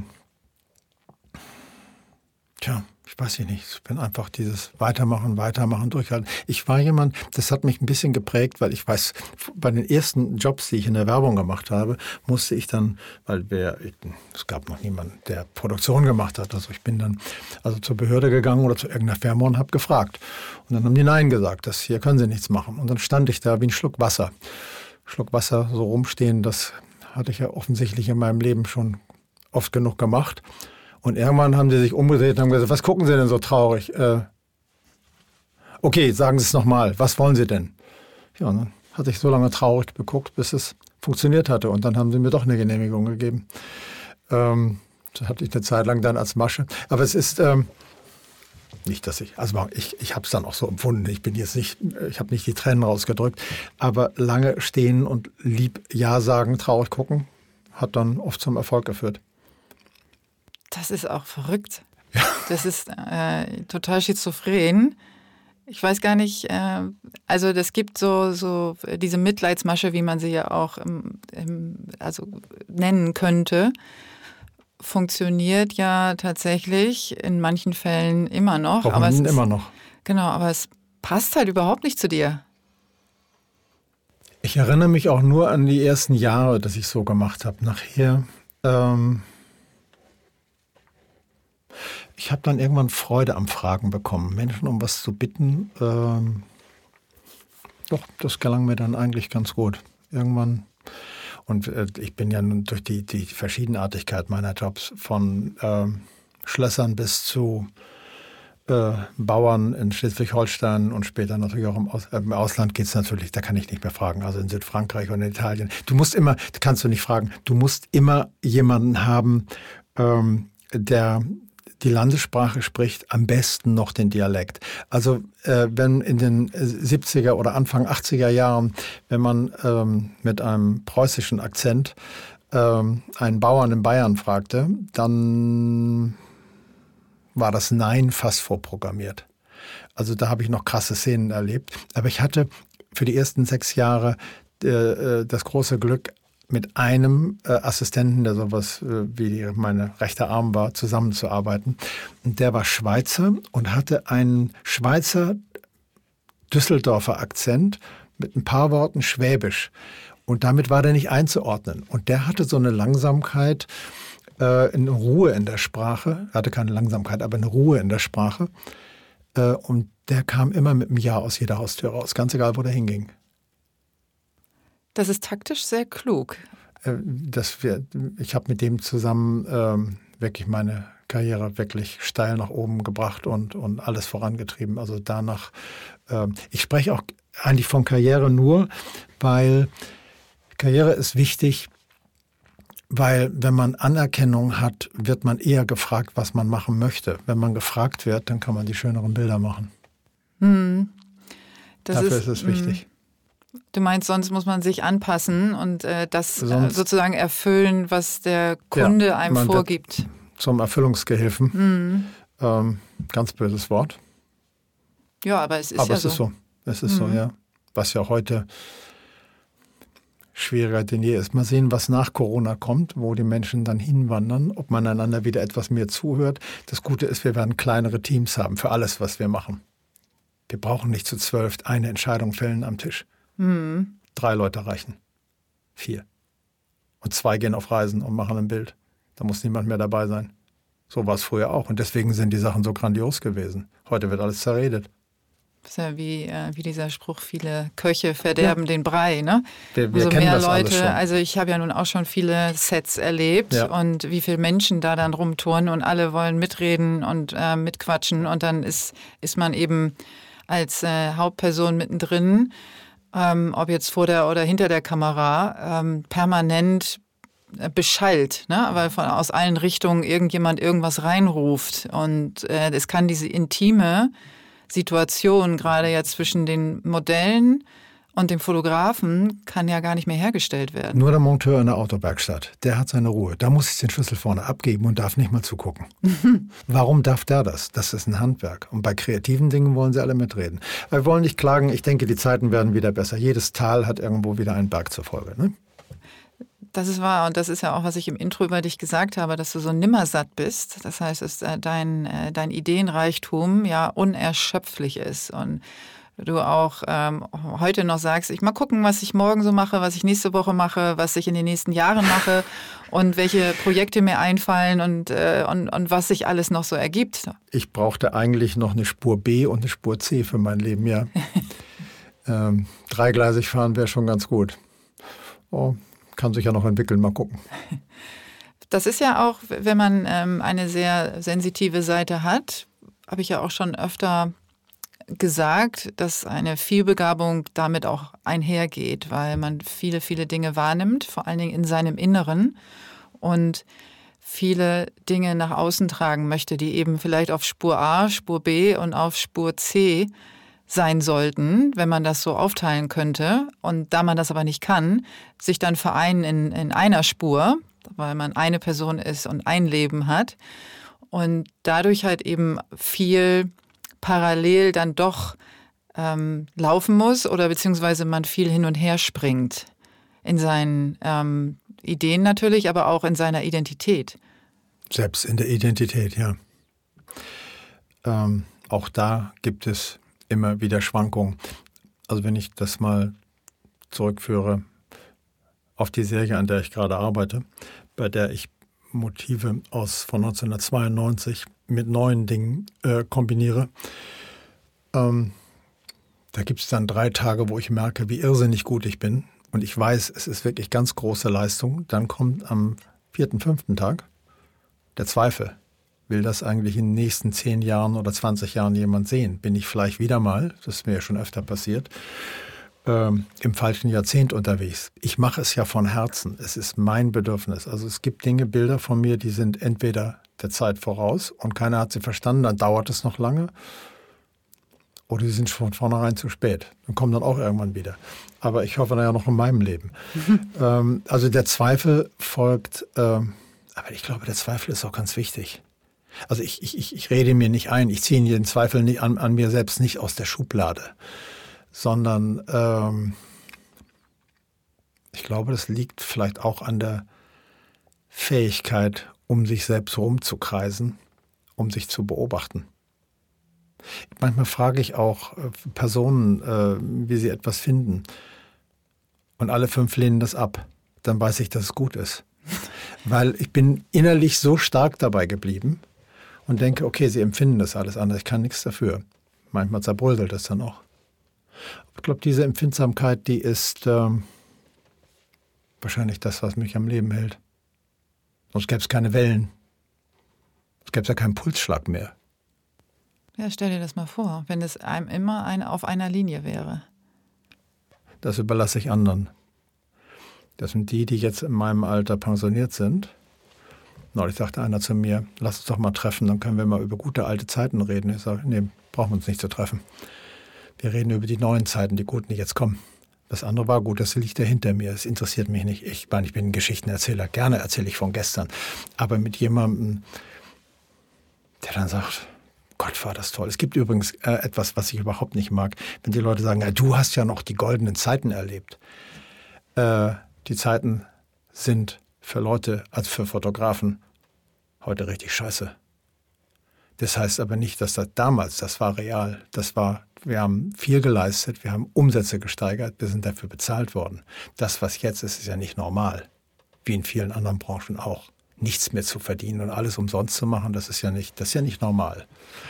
ich weiß nicht, ich bin einfach dieses Weitermachen, durchhalten. Ich war jemand, das hat mich ein bisschen geprägt, weil ich weiß, bei den ersten Jobs, die ich in der Werbung gemacht habe, musste ich dann, weil es gab noch niemanden, der Produktion gemacht hat. Also ich bin dann zur Behörde gegangen oder zu irgendeiner Firma und habe gefragt. Und dann haben die Nein gesagt, hier können sie nichts machen. Und dann stand ich da wie ein Schluck Wasser. So rumstehen, das hatte ich ja offensichtlich in meinem Leben schon oft genug gemacht. Und irgendwann haben sie sich umgedreht und haben gesagt, was gucken Sie denn so traurig? Okay, sagen Sie es nochmal, was wollen Sie denn? Ja, und dann hatte ich so lange traurig geguckt, bis es funktioniert hatte. Und dann haben sie mir doch eine Genehmigung gegeben. Das hatte ich eine Zeit lang dann als Masche. Aber es ist nicht, dass ich habe es dann auch so empfunden. Ich habe nicht die Tränen rausgedrückt. Aber lange stehen und lieb Ja sagen, traurig gucken, hat dann oft zum Erfolg geführt. Das ist auch verrückt. Ja. Das ist total schizophren. Ich weiß gar nicht, also das gibt so diese Mitleidsmasche, wie man sie ja auch nennen könnte, funktioniert ja tatsächlich in manchen Fällen immer noch. Immer noch. Genau, aber es passt halt überhaupt nicht zu dir. Ich erinnere mich auch nur an die ersten Jahre, dass ich so gemacht habe. Nachher ich habe dann irgendwann Freude am Fragen bekommen. Menschen um was zu bitten, doch, das gelang mir dann eigentlich ganz gut. Irgendwann. Und ich bin ja nun durch die Verschiedenartigkeit meiner Jobs von Schlössern bis zu Bauern in Schleswig-Holstein und später natürlich auch im Ausland geht es natürlich, da kann ich nicht mehr fragen, also in Südfrankreich und in Italien. Kannst du nicht fragen, du musst immer jemanden haben, der die Landessprache spricht, am besten noch den Dialekt. Also wenn in den 70er oder Anfang 80er Jahren, wenn man mit einem preußischen Akzent einen Bauern in Bayern fragte, dann war das Nein fast vorprogrammiert. Also da habe ich noch krasse Szenen erlebt. Aber ich hatte für die ersten 6 Jahre das große Glück, mit einem Assistenten, der sowas wie meine rechte Arm war, zusammenzuarbeiten. Und der war Schweizer und hatte einen Schweizer Düsseldorfer Akzent mit ein paar Worten Schwäbisch. Und damit war der nicht einzuordnen. Und der hatte so eine Langsamkeit, eine Ruhe in der Sprache. Er hatte keine Langsamkeit, aber eine Ruhe in der Sprache. Und der kam immer mit einem Ja aus jeder Haustür raus, ganz egal, wo der hinging. Das ist taktisch sehr klug. Ich habe mit dem zusammen wirklich meine Karriere wirklich steil nach oben gebracht und alles vorangetrieben. Also danach, ich spreche auch eigentlich von Karriere nur, weil Karriere ist wichtig, weil wenn man Anerkennung hat, wird man eher gefragt, was man machen möchte. Wenn man gefragt wird, dann kann man die schöneren Bilder machen. Hm. Dafür ist es wichtig. Du meinst, sonst muss man sich anpassen und das sozusagen erfüllen, was der Kunde einem vorgibt. Zum Erfüllungsgehilfen. Ganz böses Wort. Ja, aber es ist es ist so. Es ist so, ja. Was ja heute schwieriger denn je ist. Mal sehen, was nach Corona kommt, wo die Menschen dann hinwandern, ob man einander wieder etwas mehr zuhört. Das Gute ist, wir werden kleinere Teams haben für alles, was wir machen. Wir brauchen nicht zu 12 eine Entscheidung fällen am Tisch. 3 Leute reichen. 4. Und 2 gehen auf Reisen und machen ein Bild. Da muss niemand mehr dabei sein. So war es früher auch. Und deswegen sind die Sachen so grandios gewesen. Heute wird alles zerredet. Das ist ja wie dieser Spruch, viele Köche verderben den Brei, ne? Wir kennen mehr das Leute, alles schon. Also ich habe ja nun auch schon viele Sets erlebt und wie viele Menschen da dann rumturnen und alle wollen mitreden und mitquatschen und dann ist man eben als Hauptperson mittendrin, ob jetzt vor der oder hinter der Kamera, permanent beschallt, ne? Weil aus allen Richtungen irgendjemand irgendwas reinruft und es kann diese intime Situation gerade jetzt zwischen den Modellen und dem Fotografen kann ja gar nicht mehr hergestellt werden. Nur der Monteur in der Autowerkstatt, der hat seine Ruhe. Da muss ich den Schlüssel vorne abgeben und darf nicht mal zugucken. Warum darf der das? Das ist ein Handwerk. Und bei kreativen Dingen wollen sie alle mitreden. Wir wollen nicht klagen, ich denke, die Zeiten werden wieder besser. Jedes Tal hat irgendwo wieder einen Berg zur Folge, ne? Das ist wahr und das ist ja auch, was ich im Intro über dich gesagt habe, dass du so nimmersatt bist. Das heißt, dass dein Ideenreichtum ja unerschöpflich ist und du auch heute noch sagst, ich mal gucken, was ich morgen so mache, was ich nächste Woche mache, was ich in den nächsten Jahren mache und welche Projekte mir einfallen und was sich alles noch so ergibt. Ich brauchte eigentlich noch eine Spur B und eine Spur C für mein Leben, ja. 3-gleisig fahren wäre schon ganz gut. Oh. Kann sich ja noch entwickeln, mal gucken. Das ist ja auch, wenn man eine sehr sensitive Seite hat, habe ich ja auch schon öfter gesagt, dass eine Vielbegabung damit auch einhergeht, weil man viele, viele Dinge wahrnimmt, vor allen Dingen in seinem Inneren und viele Dinge nach außen tragen möchte, die eben vielleicht auf Spur A, Spur B und auf Spur C sein sollten, wenn man das so aufteilen könnte. Und da man das aber nicht kann, sich dann vereinen in einer Spur, weil man eine Person ist und ein Leben hat. Und dadurch halt eben viel parallel dann doch laufen muss oder beziehungsweise man viel hin und her springt. In seinen Ideen natürlich, aber auch in seiner Identität. Selbst in der Identität, ja. Auch da gibt es immer wieder Schwankungen. Also wenn ich das mal zurückführe auf die Serie, an der ich gerade arbeite, bei der ich Motive von 1992 mit neuen Dingen kombiniere, da gibt es dann 3 Tage, wo ich merke, wie irrsinnig gut ich bin. Und ich weiß, es ist wirklich ganz große Leistung. Dann kommt am 4., 5. Tag der Zweifel. Will das eigentlich in den nächsten 10 Jahren oder 20 Jahren jemand sehen? Bin ich vielleicht wieder mal, das ist mir ja schon öfter passiert, im falschen Jahrzehnt unterwegs. Ich mache es ja von Herzen. Es ist mein Bedürfnis. Also es gibt Bilder von mir, die sind entweder der Zeit voraus und keiner hat sie verstanden, dann dauert es noch lange. Oder sie sind von vornherein zu spät. Dann kommen dann auch irgendwann wieder. Aber ich hoffe, ja noch in meinem Leben. Also der Zweifel folgt, aber ich glaube, der Zweifel ist auch ganz wichtig. Also ich rede mir nicht ein, ich ziehe den Zweifel nicht an mir selbst nicht aus der Schublade, sondern ich glaube, das liegt vielleicht auch an der Fähigkeit, um sich selbst rumzukreisen, um sich zu beobachten. Manchmal frage ich auch Personen, wie sie etwas finden und alle 5 lehnen das ab. Dann weiß ich, dass es gut ist. Weil ich bin innerlich so stark dabei geblieben, und denke, okay, sie empfinden das alles anders, ich kann nichts dafür. Manchmal zerbröselt das dann auch. Ich glaube, diese Empfindsamkeit, die ist wahrscheinlich das, was mich am Leben hält. Sonst gäbe es keine Wellen. Es gäbe ja keinen Pulsschlag mehr. Ja, stell dir das mal vor, wenn es einem immer auf einer Linie wäre. Das überlasse ich anderen. Das sind die jetzt in meinem Alter pensioniert sind. Neulich sagte einer zu mir, lass uns doch mal treffen, dann können wir mal über gute alte Zeiten reden. Ich sage, nee, brauchen wir uns nicht zu treffen. Wir reden über die neuen Zeiten, die guten, die jetzt kommen. Das andere war gut, das liegt ja hinter mir. Es interessiert mich nicht. Ich meine, ich bin ein Geschichtenerzähler. Gerne erzähle ich von gestern. Aber mit jemandem, der dann sagt, Gott, war das toll. Es gibt übrigens etwas, was ich überhaupt nicht mag. Wenn die Leute sagen, ja, du hast ja noch die goldenen Zeiten erlebt. Die Zeiten sind für Leute als für Fotografen heute richtig scheiße. Das heißt aber nicht, dass das damals, das war real. Wir haben viel geleistet, wir haben Umsätze gesteigert, wir sind dafür bezahlt worden. Das, was jetzt ist, ist ja nicht normal. Wie in vielen anderen Branchen auch. Nichts mehr zu verdienen und alles umsonst zu machen, das ist ja nicht normal.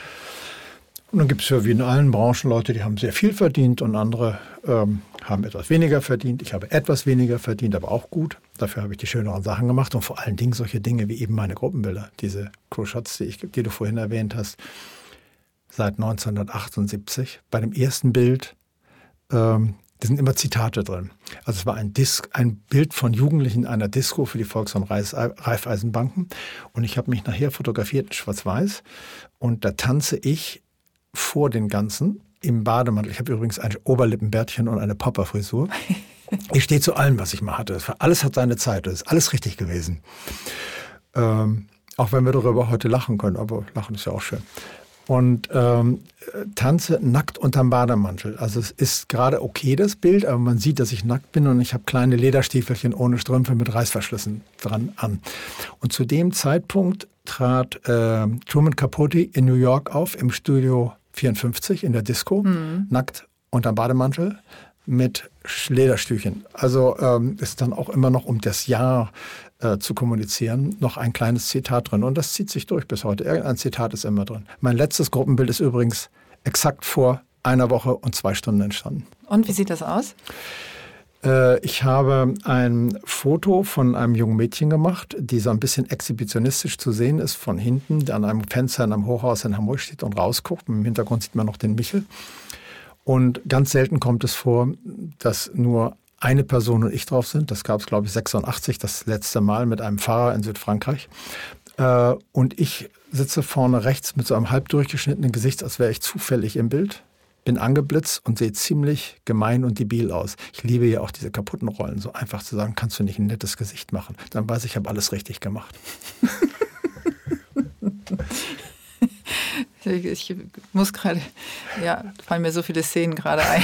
Und dann gibt es ja wie in allen Branchen Leute, die haben sehr viel verdient und andere haben etwas weniger verdient. Ich habe etwas weniger verdient, aber auch gut. Dafür habe ich die schöneren Sachen gemacht und vor allen Dingen solche Dinge wie eben meine Gruppenbilder, diese Crew-Shots, die du vorhin erwähnt hast, seit 1978. Bei dem ersten Bild, da sind immer Zitate drin. Also es war ein Bild von Jugendlichen in einer Disco für die Volks- und Raiffeisenbanken und ich habe mich nachher fotografiert in Schwarz-Weiß und da tanze ich vor den Ganzen im Bademantel. Ich habe übrigens ein Oberlippenbärtchen und eine Popperfrisur. Ich stehe zu allem, was ich mal hatte. Alles hat seine Zeit. Das ist alles richtig gewesen. Auch wenn wir darüber heute lachen können. Aber lachen ist ja auch schön. Und tanze nackt unterm Bademantel. Also es ist gerade okay, das Bild, aber man sieht, dass ich nackt bin und ich habe kleine Lederstiefelchen ohne Strümpfe mit Reißverschlüssen dran an. Und zu dem Zeitpunkt trat Truman Capote in New York auf, im Studio 54 in der Disco, nackt unterm Bademantel mit Lederstühlchen. Also ist dann auch immer noch, um das Jahr zu kommunizieren, noch ein kleines Zitat drin. Und das zieht sich durch bis heute. Irgendein Zitat ist immer drin. Mein letztes Gruppenbild ist übrigens exakt vor einer Woche und 2 Stunden entstanden. Und wie sieht das aus? Ich habe ein Foto von einem jungen Mädchen gemacht, die so ein bisschen exhibitionistisch zu sehen ist, von hinten, der an einem Fenster in einem Hochhaus in Hamburg steht und rausguckt. Im Hintergrund sieht man noch den Michel. Und ganz selten kommt es vor, dass nur eine Person und ich drauf sind. Das gab es, glaube ich, 86, das letzte Mal mit einem Fahrer in Südfrankreich. Und ich sitze vorne rechts mit so einem halb durchgeschnittenen Gesicht, als wäre ich zufällig im Bild. Bin angeblitzt und sehe ziemlich gemein und debil aus. Ich liebe ja auch diese kaputten Rollen, so einfach zu sagen, kannst du nicht ein nettes Gesicht machen? Dann weiß ich habe alles richtig gemacht. Ich muss gerade, fallen mir so viele Szenen gerade ein.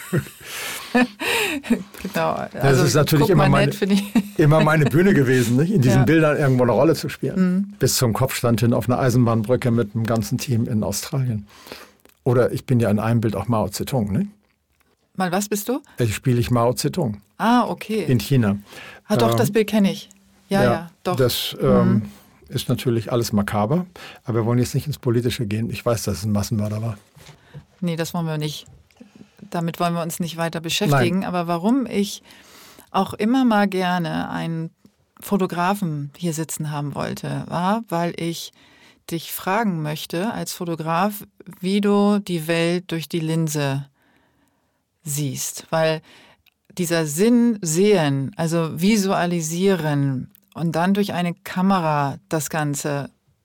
Genau. Also, das ist natürlich immer meine Bühne gewesen, nicht? In diesen Bildern irgendwo eine Rolle zu spielen. Bis zum Kopfstand hin auf einer Eisenbahnbrücke mit einem ganzen Team in Australien. Oder ich bin ja in einem Bild auch Mao Zedong, ne? Mal was bist du? Ich spiele Mao Zedong. Ah, okay. In China. Ah, doch, das Bild kenne ich. Ja, doch. Das ist natürlich alles makaber, aber wir wollen jetzt nicht ins Politische gehen. Ich weiß, dass es ein Massenmörder war. Nee, das wollen wir nicht. Damit wollen wir uns nicht weiter beschäftigen. Nein. Aber warum ich auch immer mal gerne einen Fotografen hier sitzen haben wollte, war, weil ich dich fragen möchte als Fotograf, wie du die Welt durch die Linse siehst. Weil dieser Sinn sehen, also visualisieren und dann durch eine Kamera das Ganze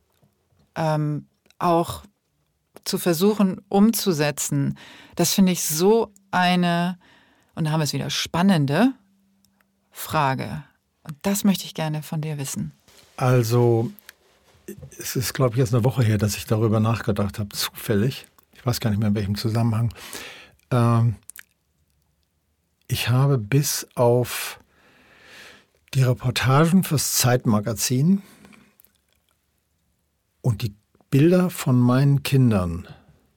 auch zu versuchen umzusetzen, das finde ich so eine, und da haben wir es wieder, spannende Frage. Und das möchte ich gerne von dir wissen. Also es ist, glaube ich, jetzt eine Woche her, dass ich darüber nachgedacht habe, zufällig. Ich weiß gar nicht mehr, in welchem Zusammenhang. Ich habe bis auf die Reportagen fürs Zeitmagazin und die Bilder von meinen Kindern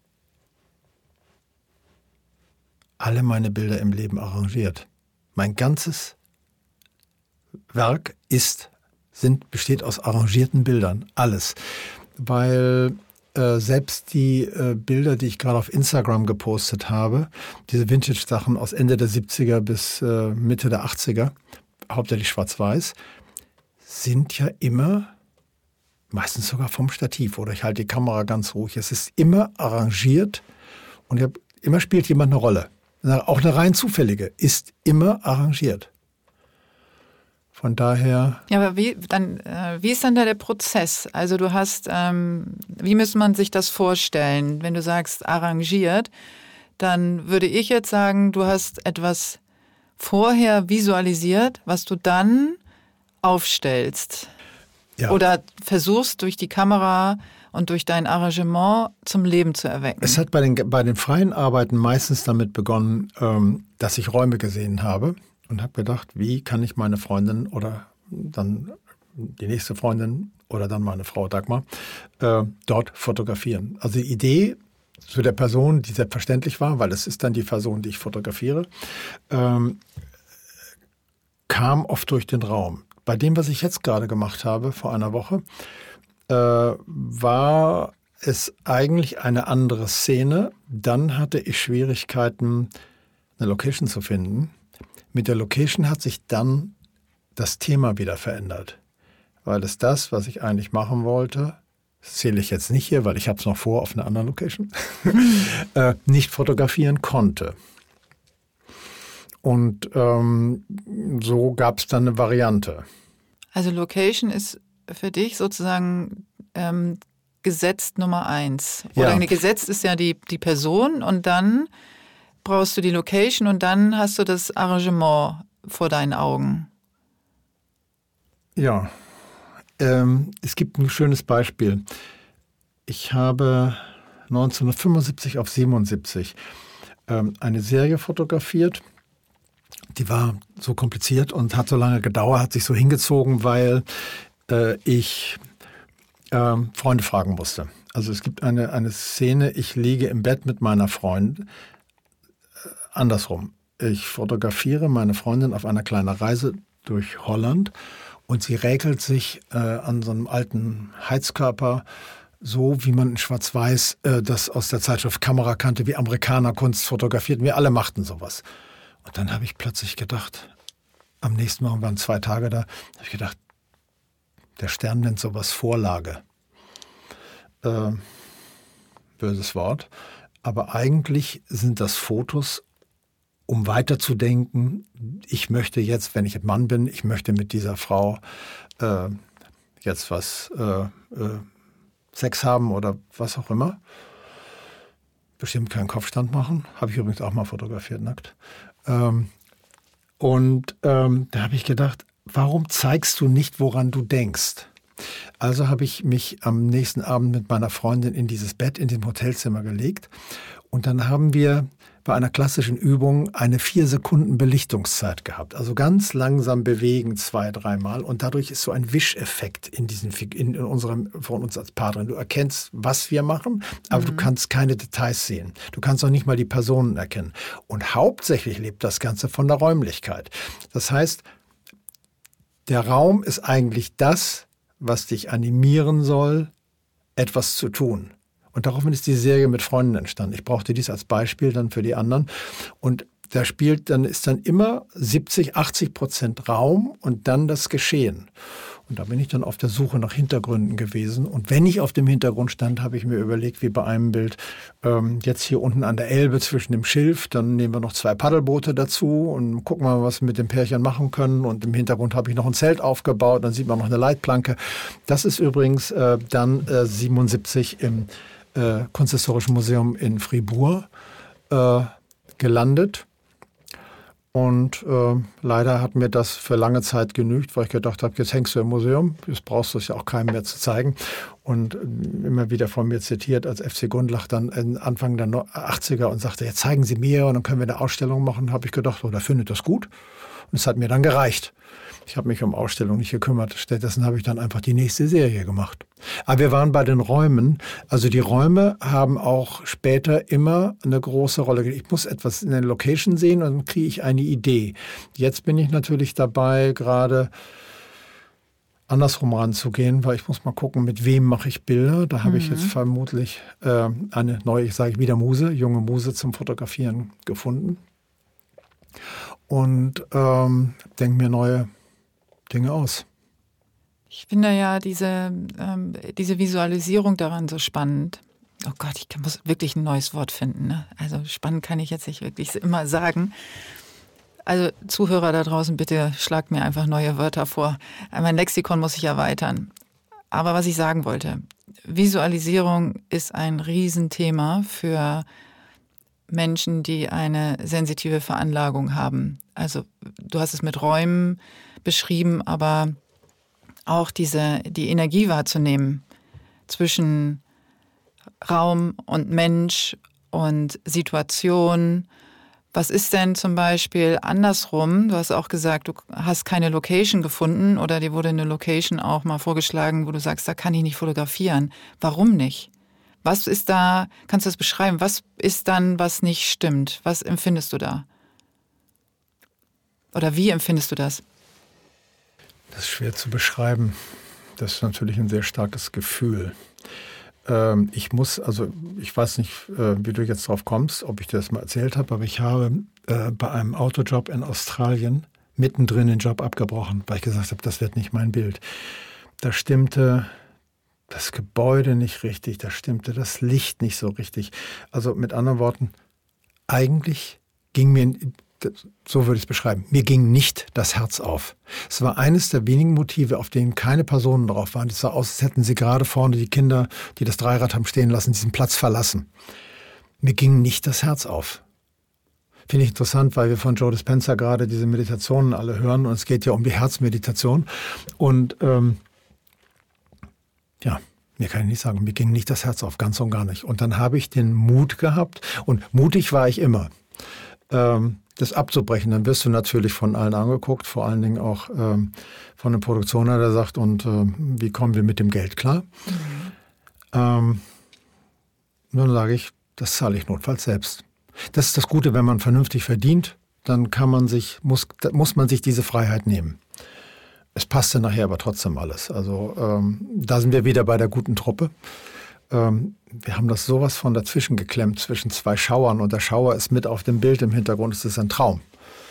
alle meine Bilder im Leben arrangiert. Mein ganzes Werk besteht aus arrangierten Bildern. Alles. Weil selbst die Bilder, die ich gerade auf Instagram gepostet habe, diese Vintage-Sachen aus Ende der 70er bis Mitte der 80er, hauptsächlich schwarz-weiß, sind ja immer, meistens sogar vom Stativ oder ich halte die Kamera ganz ruhig. Es ist immer arrangiert und immer spielt jemand eine Rolle. Auch eine rein zufällige ist immer arrangiert. Von daher... Ja, aber wie ist dann da der Prozess? Also du hast, wie müsste man sich das vorstellen? Wenn du sagst arrangiert, dann würde ich jetzt sagen, du hast etwas vorher visualisiert, was du dann aufstellst. Ja. Oder versuchst durch die Kamera und durch dein Arrangement zum Leben zu erwecken. Es hat bei den freien Arbeiten meistens damit begonnen, dass ich Räume gesehen habe und habe gedacht, wie kann ich meine Freundin oder dann die nächste Freundin oder dann meine Frau Dagmar dort fotografieren. Also die Idee zu der Person, die selbstverständlich war, weil es ist dann die Person, die ich fotografiere, kam oft durch den Raum. Bei dem, was ich jetzt gerade gemacht habe, vor einer Woche, war es eigentlich eine andere Szene. Dann hatte ich Schwierigkeiten, eine Location zu finden. Mit der Location hat sich dann das Thema wieder verändert. Weil es das, was ich eigentlich machen wollte, das zähle ich jetzt nicht hier, weil ich habe es noch vor auf einer anderen Location, nicht fotografieren konnte. Und so gab es dann eine Variante. Also Location ist für dich sozusagen Gesetz Nummer 1. Oder gesetzt ist ja die Person und dann brauchst du die Location und dann hast du das Arrangement vor deinen Augen. Ja, es gibt ein schönes Beispiel. Ich habe 1975 auf 77 eine Serie fotografiert. Die war so kompliziert und hat so lange gedauert, hat sich so hingezogen, weil ich Freunde fragen musste. Also es gibt eine Szene, ich liege im Bett mit meiner Freundin. Andersrum. Ich fotografiere meine Freundin auf einer kleinen Reise durch Holland und sie räkelt sich an so einem alten Heizkörper, so wie man in Schwarz-Weiß das aus der Zeitschrift Kamera kannte, wie Amerikanerkunst fotografiert. Wir alle machten sowas. Und dann habe ich plötzlich gedacht, am nächsten Morgen waren 2 Tage da, habe ich gedacht, der Stern nennt sowas Vorlage. Böses Wort. Aber eigentlich sind das Fotos, um weiterzudenken. Ich möchte jetzt, wenn ich ein Mann bin, ich möchte mit dieser Frau jetzt Sex haben oder was auch immer. Bestimmt keinen Kopfstand machen. Habe ich übrigens auch mal fotografiert, nackt. Da habe ich gedacht, warum zeigst du nicht, woran du denkst? Also habe ich mich am nächsten Abend mit meiner Freundin in dieses Bett in dem Hotelzimmer gelegt und dann haben wir bei einer klassischen Übung eine 4 Sekunden Belichtungszeit gehabt. Also ganz langsam bewegen 2-3 Mal und dadurch ist so ein Wischeffekt in unserem von uns als Paar drin. Du erkennst, was wir machen, aber du kannst keine Details sehen. Du kannst auch nicht mal die Personen erkennen. Und hauptsächlich lebt das Ganze von der Räumlichkeit. Das heißt, der Raum ist eigentlich das, was dich animieren soll, etwas zu tun. Und daraufhin ist die Serie mit Freunden entstanden. Ich brauchte dies als Beispiel dann für die anderen. Und da ist dann immer 70-80% Raum und dann das Geschehen. Und da bin ich dann auf der Suche nach Hintergründen gewesen. Und wenn ich auf dem Hintergrund stand, habe ich mir überlegt, wie bei einem Bild, jetzt hier unten an der Elbe zwischen dem Schilf, dann nehmen wir noch 2 Paddelboote dazu und gucken mal, was wir mit dem Pärchen machen können. Und im Hintergrund habe ich noch ein Zelt aufgebaut, dann sieht man noch eine Leitplanke. Das ist übrigens dann 77 im Kunsthistorischen Museum in Fribourg gelandet. Und leider hat mir das für lange Zeit genügt, weil ich gedacht habe, jetzt hängst du im Museum, jetzt brauchst du es ja auch keinem mehr zu zeigen. Und immer wieder von mir zitiert, als FC Gundlach dann Anfang der 80er und sagte, jetzt zeigen Sie mir und dann können wir eine Ausstellung machen, habe ich gedacht, der findet das gut. Und es hat mir dann gereicht. Ich habe mich um Ausstellung nicht gekümmert. Stattdessen habe ich dann einfach die nächste Serie gemacht. Aber wir waren bei den Räumen. Also die Räume haben auch später immer eine große Rolle. Ich muss etwas in der Location sehen und dann kriege ich eine Idee. Jetzt bin ich natürlich dabei, gerade andersrum ranzugehen, weil ich muss mal gucken, mit wem mache ich Bilder. Da habe ich jetzt vermutlich eine neue, ich sage wieder Muse, junge Muse zum Fotografieren gefunden. Und denke mir neue Dinge aus. Ich finde ja diese Visualisierung daran so spannend. Oh Gott, ich muss wirklich ein neues Wort finden. Ne? Also spannend kann ich jetzt nicht wirklich immer sagen. Also Zuhörer da draußen, bitte schlagt mir einfach neue Wörter vor. Mein Lexikon muss sich erweitern. Aber was ich sagen wollte, Visualisierung ist ein Riesenthema für Menschen, die eine sensitive Veranlagung haben. Also du hast es mit Räumen beschrieben, aber auch die Energie wahrzunehmen zwischen Raum und Mensch und Situation. Was ist denn zum Beispiel andersrum? Du hast auch gesagt, du hast keine Location gefunden oder dir wurde eine Location auch mal vorgeschlagen, wo du sagst, da kann ich nicht fotografieren. Warum nicht? Was ist da, kannst du das beschreiben? Was ist dann, was nicht stimmt? Was empfindest du da? Oder wie empfindest du das? Das ist schwer zu beschreiben. Das ist natürlich ein sehr starkes Gefühl. Ich weiß nicht, wie du jetzt drauf kommst, ob ich dir das mal erzählt habe, aber ich habe bei einem Autojob in Australien mittendrin den Job abgebrochen, weil ich gesagt habe, das wird nicht mein Bild. Da stimmte das Gebäude nicht richtig, da stimmte das Licht nicht so richtig. Also mit anderen Worten, eigentlich ging mir, so würde ich es beschreiben, mir ging nicht das Herz auf. Es war eines der wenigen Motive, auf denen keine Personen drauf waren. Es sah aus, als hätten sie gerade vorne die Kinder, die das Dreirad haben stehen lassen, diesen Platz verlassen. Mir ging nicht das Herz auf. Finde ich interessant, weil wir von Joe Dispenza gerade diese Meditationen alle hören und es geht ja um die Herzmeditation. Und mir kann ich nicht sagen, mir ging nicht das Herz auf, ganz und gar nicht. Und dann habe ich den Mut gehabt und mutig war ich immer, das abzubrechen. Dann wirst du natürlich von allen angeguckt, vor allen Dingen auch von einem Produktioner, der sagt, und wie kommen wir mit dem Geld klar? Dann sage ich, das zahle ich notfalls selbst. Das ist das Gute, wenn man vernünftig verdient, dann muss man sich diese Freiheit nehmen. Es passte nachher aber trotzdem alles. Also da sind wir wieder bei der guten Truppe. Wir haben das sowas von dazwischen geklemmt, zwischen zwei Schauern. Und der Schauer ist mit auf dem Bild im Hintergrund. Es ist ein Traum.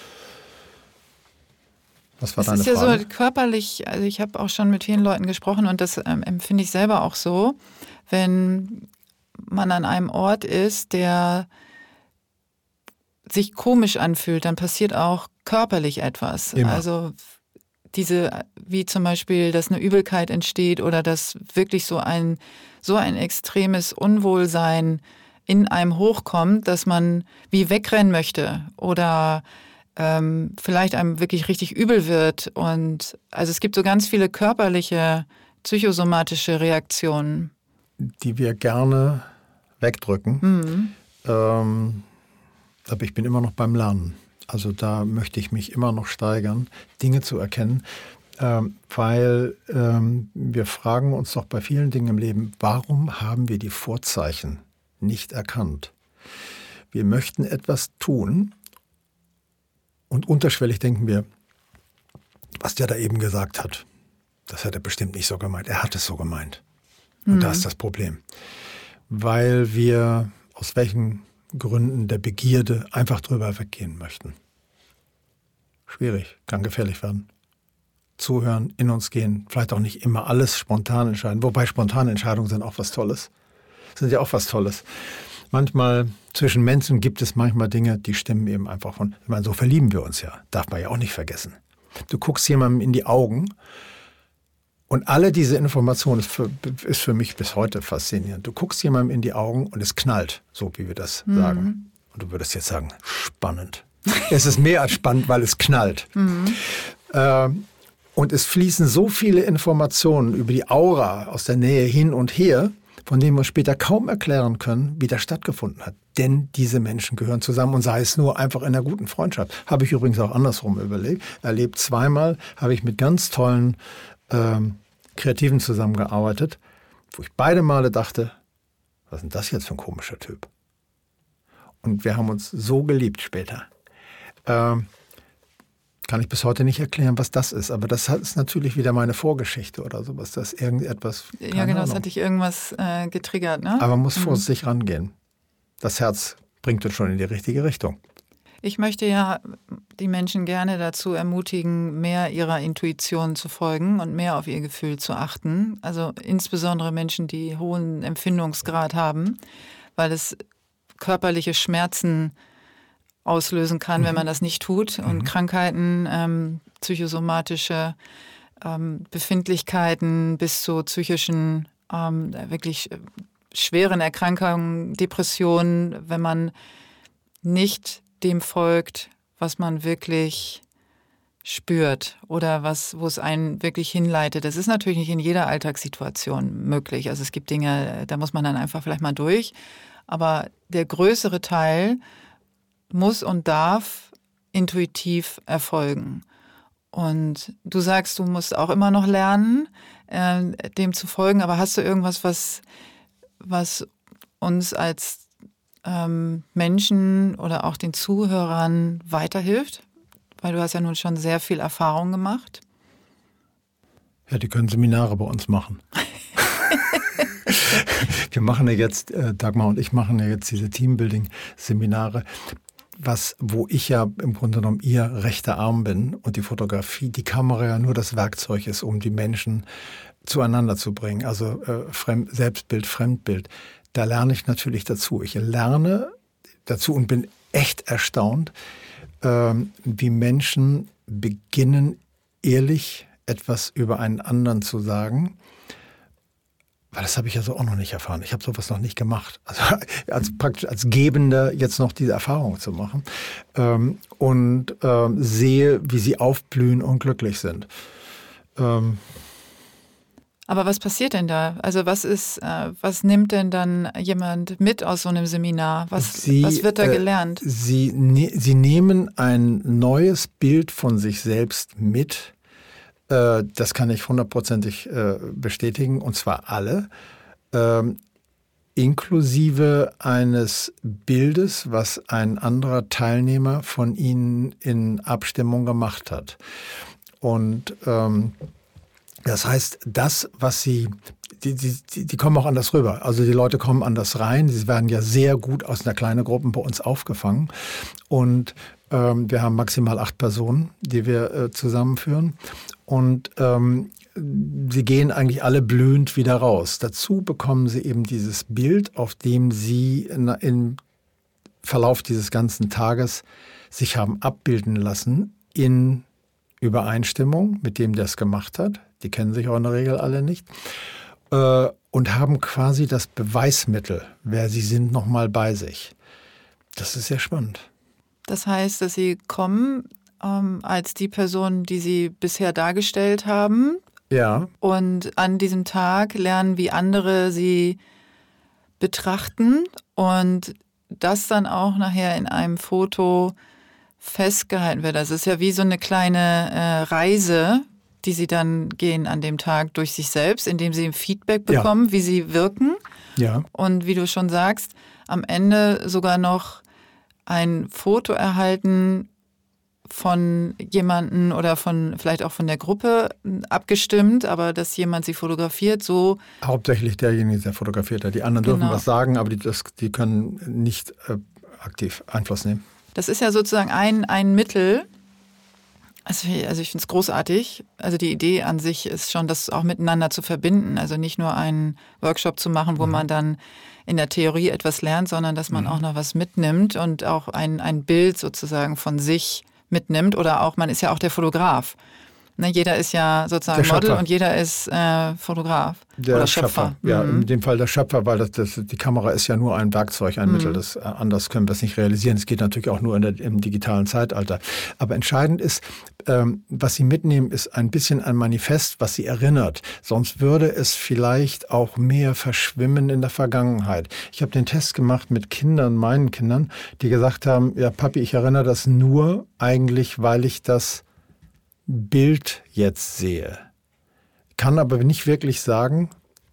Was war deine Frage? Es ist ja so körperlich, also ich habe auch schon mit vielen Leuten gesprochen und das empfinde ich selber auch so, wenn man an einem Ort ist, der sich komisch anfühlt, dann passiert auch körperlich etwas. Immer. Also wie zum Beispiel, dass eine Übelkeit entsteht oder dass wirklich so ein extremes Unwohlsein in einem hochkommt, dass man wie wegrennen möchte oder vielleicht einem wirklich richtig übel wird. Und also es gibt so ganz viele körperliche, psychosomatische Reaktionen. Die wir gerne wegdrücken. Aber ich bin immer noch beim Lernen. Also da möchte ich mich immer noch steigern, Dinge zu erkennen, weil wir fragen uns doch bei vielen Dingen im Leben, warum haben wir die Vorzeichen nicht erkannt? Wir möchten etwas tun und unterschwellig denken wir, was der da eben gesagt hat, das hat er bestimmt nicht so gemeint. Er hat es so gemeint. Und da ist das Problem. Weil wir aus welchen Gründen der Begierde einfach drüber weggehen möchten. Schwierig, kann gefährlich werden. Zuhören, in uns gehen, vielleicht auch nicht immer alles spontan entscheiden. Wobei spontane Entscheidungen sind auch was Tolles. Sind ja auch was Tolles. Manchmal zwischen Menschen gibt es manchmal Dinge, die stimmen eben einfach von. Ich meine, so verlieben wir uns ja. Darf man ja auch nicht vergessen. Du guckst jemandem in die Augen und alle diese Informationen ist für mich bis heute faszinierend. Du guckst jemandem in die Augen und es knallt, so wie wir das sagen. Und du würdest jetzt sagen, spannend. Es ist mehr als spannend, weil es knallt. Und es fließen so viele Informationen über die Aura aus der Nähe hin und her, von denen wir später kaum erklären können, wie das stattgefunden hat. Denn diese Menschen gehören zusammen und sei es nur einfach in einer guten Freundschaft. Habe ich übrigens auch andersrum erlebt. Zweimal habe ich mit ganz tollen Kreativen zusammengearbeitet, wo ich beide Male dachte, was ist denn das jetzt für ein komischer Typ? Und wir haben uns so geliebt später. Kann ich bis heute nicht erklären, was das ist. Aber das ist natürlich wieder meine Vorgeschichte oder sowas. Das irgendetwas. Ja, genau, das hat dich irgendwas getriggert, ne? Aber man muss vorsichtig rangehen. Das Herz bringt uns schon in die richtige Richtung. Ich möchte ja die Menschen gerne dazu ermutigen, mehr ihrer Intuition zu folgen und mehr auf ihr Gefühl zu achten. Also insbesondere Menschen, die hohen Empfindungsgrad haben, weil es körperliche Schmerzen auslösen kann, wenn man das nicht tut. Und Krankheiten, psychosomatische Befindlichkeiten bis zu psychischen, wirklich schweren Erkrankungen, Depressionen, wenn man nicht dem folgt, was man wirklich spürt oder wo es einen wirklich hinleitet. Das ist natürlich nicht in jeder Alltagssituation möglich. Also es gibt Dinge, da muss man dann einfach vielleicht mal durch. Aber der größere Teil muss und darf intuitiv erfolgen. Und du sagst, du musst auch immer noch lernen, dem zu folgen. Aber hast du irgendwas, was uns als Menschen oder auch den Zuhörern weiterhilft? Weil du hast ja nun schon sehr viel Erfahrung gemacht. Ja, die können Seminare bei uns machen. Wir machen ja jetzt, Dagmar und ich machen ja jetzt diese Teambuilding-Seminare, wo ich ja im Grunde genommen ihr rechter Arm bin und die Fotografie, die Kamera ja nur das Werkzeug ist, um die Menschen zueinander zu bringen. Also Selbstbild, Fremdbild. Da lerne ich natürlich dazu. Ich lerne dazu und bin echt erstaunt, wie Menschen beginnen, ehrlich etwas über einen anderen zu sagen. Weil das habe ich ja so auch noch nicht erfahren. Ich habe sowas noch nicht gemacht. Also praktisch als Gebender jetzt noch diese Erfahrung zu machen. Und sehe, wie sie aufblühen und glücklich sind. Aber was passiert denn da? Also was nimmt denn dann jemand mit aus so einem Seminar? Was wird da gelernt? Sie nehmen ein neues Bild von sich selbst mit. Das kann ich 100%ig bestätigen, und zwar alle. Inklusive eines Bildes, was ein anderer Teilnehmer von Ihnen in Abstimmung gemacht hat. Und das heißt, das, was die kommen auch anders rüber. Also die Leute kommen anders rein. Sie werden ja sehr gut aus einer kleinen Gruppe bei uns aufgefangen. Und wir haben maximal 8 Personen, die wir zusammenführen. Und sie gehen eigentlich alle blühend wieder raus. Dazu bekommen sie eben dieses Bild, auf dem sie im Verlauf dieses ganzen Tages sich haben abbilden lassen in Übereinstimmung mit dem, der es gemacht hat. Die kennen sich auch in der Regel alle nicht. Und haben quasi das Beweismittel, wer sie sind, nochmal bei sich. Das ist sehr spannend. Das heißt, dass sie kommen als die Person, die sie bisher dargestellt haben. Ja. Und an diesem Tag lernen, wie andere sie betrachten und das dann auch nachher in einem Foto festgehalten wird. Das ist ja wie so eine kleine Reise, die sie dann gehen an dem Tag durch sich selbst, indem sie Feedback bekommen, wie sie wirken. Ja. Und wie du schon sagst, am Ende sogar noch ein Foto erhalten von jemandem oder vielleicht auch von der Gruppe abgestimmt, aber dass jemand sie fotografiert, so. Hauptsächlich derjenige, der fotografiert hat. Die anderen dürfen was sagen, aber die können nicht aktiv Einfluss nehmen. Das ist ja sozusagen ein Mittel. Also ich finde es großartig. Also die Idee an sich ist schon, das auch miteinander zu verbinden. Also nicht nur einen Workshop zu machen, wo man dann in der Theorie etwas lernt, sondern dass man auch noch was mitnimmt und auch ein Bild sozusagen von sich mitnimmt. Oder auch, man ist ja auch der Fotograf. Ne, jeder ist ja sozusagen Model und jeder ist Fotograf oder Schöpfer. Ja, in dem Fall der Schöpfer, weil die Kamera ist ja nur ein Werkzeug, ein Mittel. Anders können wir es nicht realisieren. Es geht natürlich auch nur im digitalen Zeitalter. Aber entscheidend ist, was Sie mitnehmen, ist ein bisschen ein Manifest, was Sie erinnert. Sonst würde es vielleicht auch mehr verschwimmen in der Vergangenheit. Ich habe den Test gemacht mit meinen Kindern, die gesagt haben, ja Papi, ich erinnere das nur eigentlich, weil ich das Bild jetzt sehe. Kann aber nicht wirklich sagen,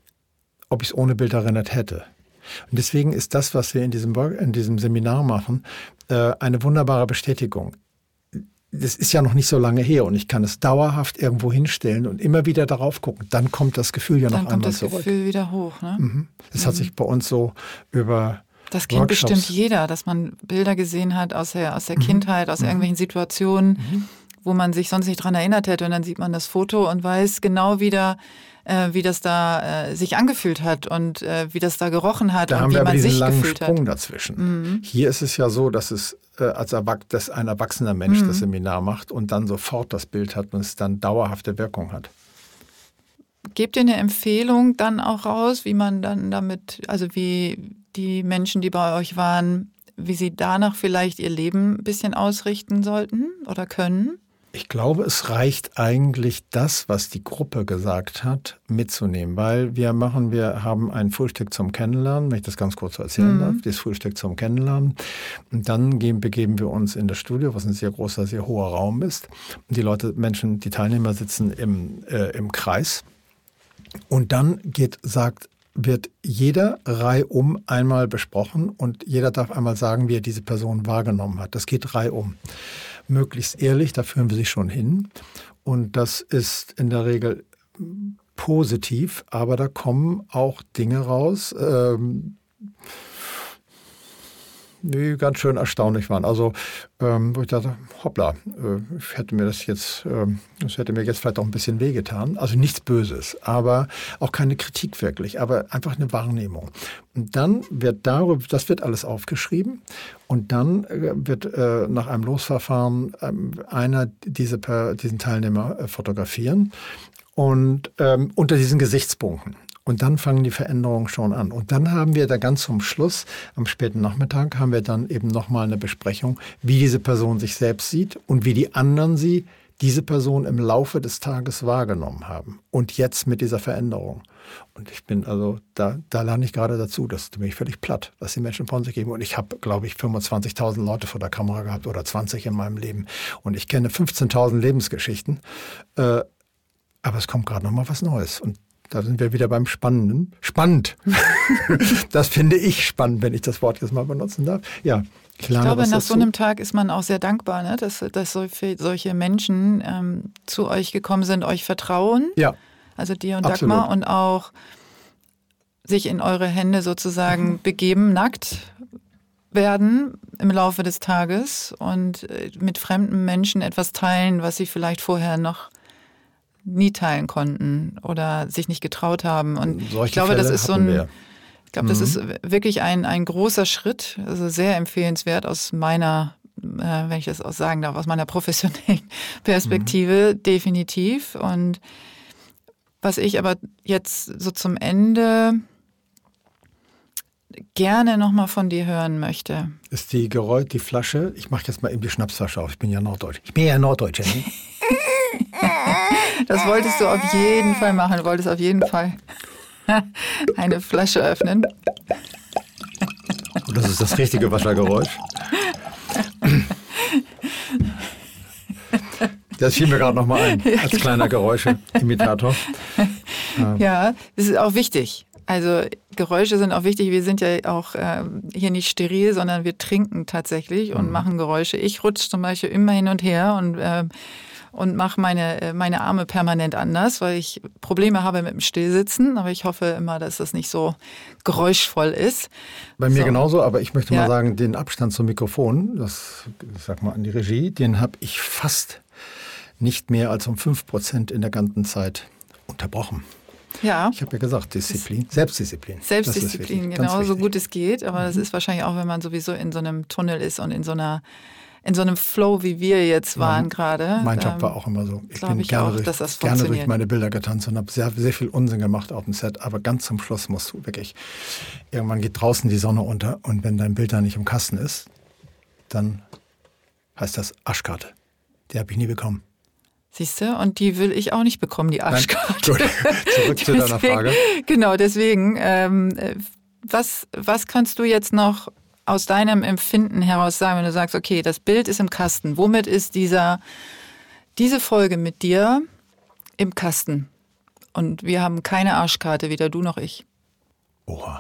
ob ich es ohne Bild erinnert hätte. Und deswegen ist das, was wir in diesem Seminar machen, eine wunderbare Bestätigung. Das ist ja noch nicht so lange her und ich kann es dauerhaft irgendwo hinstellen und immer wieder darauf gucken. Dann kommt das Gefühl ja noch einmal zurück. Dann kommt das Gefühl wieder hoch. Ne? Das hat sich bei uns so über Das kennt Workshops. Bestimmt jeder, dass man Bilder gesehen hat aus der Kindheit, aus irgendwelchen Situationen, wo man sich sonst nicht dran erinnert hätte. Und dann sieht man das Foto und weiß genau wieder, wie das da sich angefühlt hat und wie das da gerochen hat da und wie man sich gefühlt hat. Da haben wir aber diesen langen Sprung dazwischen. Hier ist es ja so, dass es dass ein erwachsener Mensch das Seminar macht und dann sofort das Bild hat und es dann dauerhafte Wirkung hat. Gebt ihr eine Empfehlung dann auch raus, wie man dann damit, also wie die Menschen, die bei euch waren, wie sie danach vielleicht ihr Leben ein bisschen ausrichten sollten oder können? Ich glaube, es reicht eigentlich das, was die Gruppe gesagt hat, mitzunehmen, weil wir haben ein Frühstück zum Kennenlernen, wenn ich das ganz kurz erzählen darf, das Frühstück zum Kennenlernen. Und dann begeben wir uns in das Studio, was ein sehr großer, sehr hoher Raum ist. Und die Teilnehmer sitzen im Kreis. Und dann wird jeder reihum einmal besprochen und jeder darf einmal sagen, wie er diese Person wahrgenommen hat. Das geht reihum. Möglichst ehrlich, da führen wir sie schon hin. Und das ist in der Regel positiv, aber da kommen auch Dinge raus, die ganz schön erstaunlich waren. Also, wo ich dachte, hoppla, das hätte mir jetzt vielleicht auch ein bisschen wehgetan. Also nichts Böses, aber auch keine Kritik wirklich, aber einfach eine Wahrnehmung. Und dann das wird alles aufgeschrieben und dann wird nach einem Losverfahren einer diesen Teilnehmer fotografieren und unter diesen Gesichtspunkten. Und dann fangen die Veränderungen schon an. Und dann haben wir da ganz zum Schluss, am späten Nachmittag, haben wir dann eben nochmal eine Besprechung, wie diese Person sich selbst sieht und wie die anderen diese Person im Laufe des Tages wahrgenommen haben. Und jetzt mit dieser Veränderung. Und ich bin da lerne ich gerade dazu, da bin ich völlig platt, was die Menschen von sich geben. Und ich habe, glaube ich, 25.000 Leute vor der Kamera gehabt oder 20 in meinem Leben. Und ich kenne 15.000 Lebensgeschichten. Aber es kommt gerade nochmal was Neues. Und da sind wir wieder beim Spannenden. Spannend. Das finde ich spannend, wenn ich das Wort jetzt mal benutzen darf. Ja, ich glaube, nach so einem Tag ist man auch sehr dankbar, ne? dass solche Menschen zu euch gekommen sind, euch vertrauen. Ja. Also dir und Absolut. Dagmar und auch sich in eure Hände sozusagen begeben, nackt werden im Laufe des Tages und mit fremden Menschen etwas teilen, was sie vielleicht vorher noch nie teilen konnten oder sich nicht getraut haben. Und ich glaube, das ist das ist wirklich ein großer Schritt, also sehr empfehlenswert aus meiner, wenn ich das auch sagen darf, aus meiner professionellen Perspektive, definitiv. Und was ich aber jetzt so zum Ende gerne nochmal von dir hören möchte. Ist die Flasche, ich mache jetzt mal eben die Schnapsflasche auf, ich bin ja Norddeutsch. Ich bin ja Norddeutscher, ne? Das wolltest du auf jeden Fall machen. Du wolltest auf jeden Fall eine Flasche öffnen. Und das ist das richtige Wassergeräusch. Das fiel mir gerade nochmal ein, als kleiner Geräuscheimitator. Ja, das ist auch wichtig. Also Geräusche sind auch wichtig. Wir sind ja auch hier nicht steril, sondern wir trinken tatsächlich und machen Geräusche. Ich rutsche zum Beispiel immer hin und her und mache meine Arme permanent anders, weil ich Probleme habe mit dem Stillsitzen. Aber ich hoffe immer, dass das nicht so geräuschvoll ist. Bei mir genauso, aber ich möchte mal sagen, den Abstand zum Mikrofon, ich sag mal an die Regie, den habe ich fast nicht mehr als um 5% in der ganzen Zeit unterbrochen. Ja. Ich habe ja gesagt, Selbstdisziplin. Selbstdisziplin, genau, so gut es geht. Aber das ist wahrscheinlich auch, wenn man sowieso in so einem Tunnel ist und in so einem Flow, wie wir jetzt waren gerade. Mein Job war auch immer so. Ich bin gerne durch meine Bilder getanzt und habe sehr, sehr viel Unsinn gemacht auf dem Set. Aber ganz zum Schluss musst du wirklich, irgendwann geht draußen die Sonne unter und wenn dein Bild da nicht im Kasten ist, dann heißt das Arschkarte. Die habe ich nie bekommen. Siehst du? Und die will ich auch nicht bekommen, die Arschkarte. Nein, gut. Zurück zu deiner Frage. Genau, deswegen, was kannst du jetzt noch aus deinem Empfinden heraus sagen, wenn du sagst, okay, das Bild ist im Kasten. Womit ist diese Folge mit dir im Kasten? Und wir haben keine Arschkarte, weder du noch ich. Oha.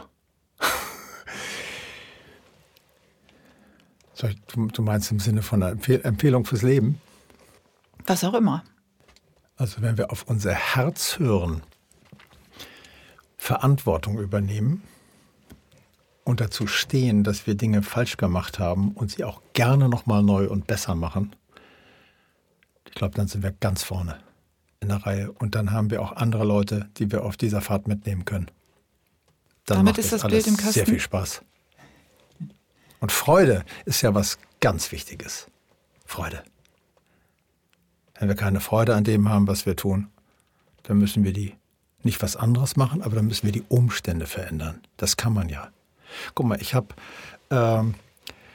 Du meinst im Sinne von einer Empfehlung fürs Leben? Was auch immer. Also wenn wir auf unser Herz hören, Verantwortung übernehmen und dazu stehen, dass wir Dinge falsch gemacht haben und sie auch gerne nochmal neu und besser machen, ich glaube, dann sind wir ganz vorne in der Reihe. Und dann haben wir auch andere Leute, die wir auf dieser Fahrt mitnehmen können. Dann Damit macht ist das Bild im Kasten. Sehr viel Spaß. Und Freude ist ja was ganz Wichtiges. Freude. Wenn wir keine Freude an dem haben, was wir tun, dann müssen wir nicht was anderes machen, aber dann müssen wir die Umstände verändern. Das kann man ja. Guck mal, ich habe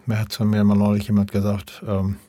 Mir hat zu mir mal neulich jemand gesagt,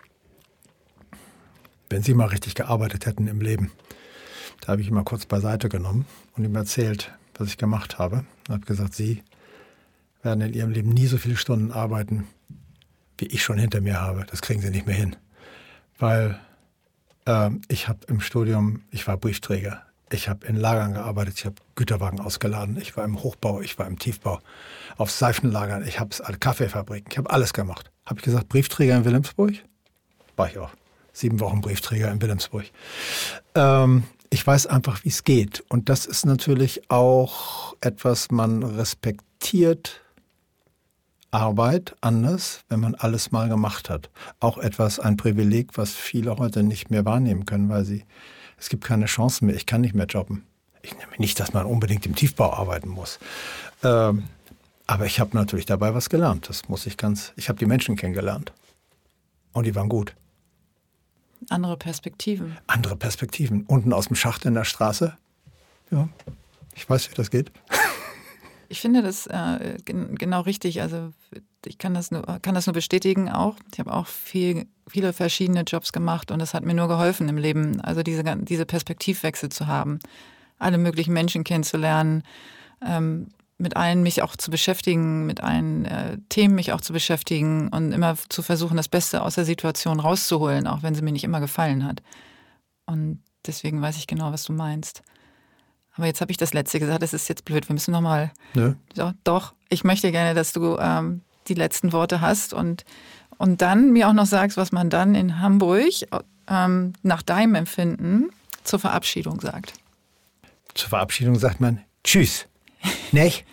wenn Sie mal richtig gearbeitet hätten im Leben, da habe ich ihn mal kurz beiseite genommen und ihm erzählt, was ich gemacht habe. Und habe gesagt, Sie werden in Ihrem Leben nie so viele Stunden arbeiten, wie ich schon hinter mir habe. Das kriegen Sie nicht mehr hin. Weil ich habe im Studium, ich war Briefträger. Ich habe in Lagern gearbeitet, ich habe Güterwagen ausgeladen, ich war im Hochbau, ich war im Tiefbau, auf Seifenlagern, ich habe Kaffeefabriken, ich habe alles gemacht. Habe ich gesagt, Briefträger in Wilhelmsburg? War ich auch. 7 Wochen Briefträger in Wilhelmsburg. Ich weiß einfach, wie es geht. Und das ist natürlich auch etwas, man respektiert Arbeit anders, wenn man alles mal gemacht hat. Auch ein Privileg, was viele heute nicht mehr wahrnehmen können, weil es gibt keine Chance mehr, ich kann nicht mehr jobben. Ich nehme nicht, dass man unbedingt im Tiefbau arbeiten muss. Aber ich habe natürlich dabei was gelernt. Ich habe die Menschen kennengelernt. Und die waren gut. Andere Perspektiven. Andere Perspektiven. Unten aus dem Schacht in der Straße. Ja, ich weiß, wie das geht. Ich finde das genau richtig. Also ich kann das nur bestätigen auch. Ich habe auch viele verschiedene Jobs gemacht und das hat mir nur geholfen im Leben. Also diese Perspektivwechsel zu haben, alle möglichen Menschen kennenzulernen, mit allen mich auch zu beschäftigen, mit allen Themen mich auch zu beschäftigen und immer zu versuchen, das Beste aus der Situation rauszuholen, auch wenn sie mir nicht immer gefallen hat. Und deswegen weiß ich genau, was du meinst. Aber jetzt habe ich das Letzte gesagt, das ist jetzt blöd, wir müssen nochmal... Ja. Doch, ich möchte gerne, dass du die letzten Worte hast und dann mir auch noch sagst, was man dann in Hamburg nach deinem Empfinden zur Verabschiedung sagt. Zur Verabschiedung sagt man Tschüss. Nicht?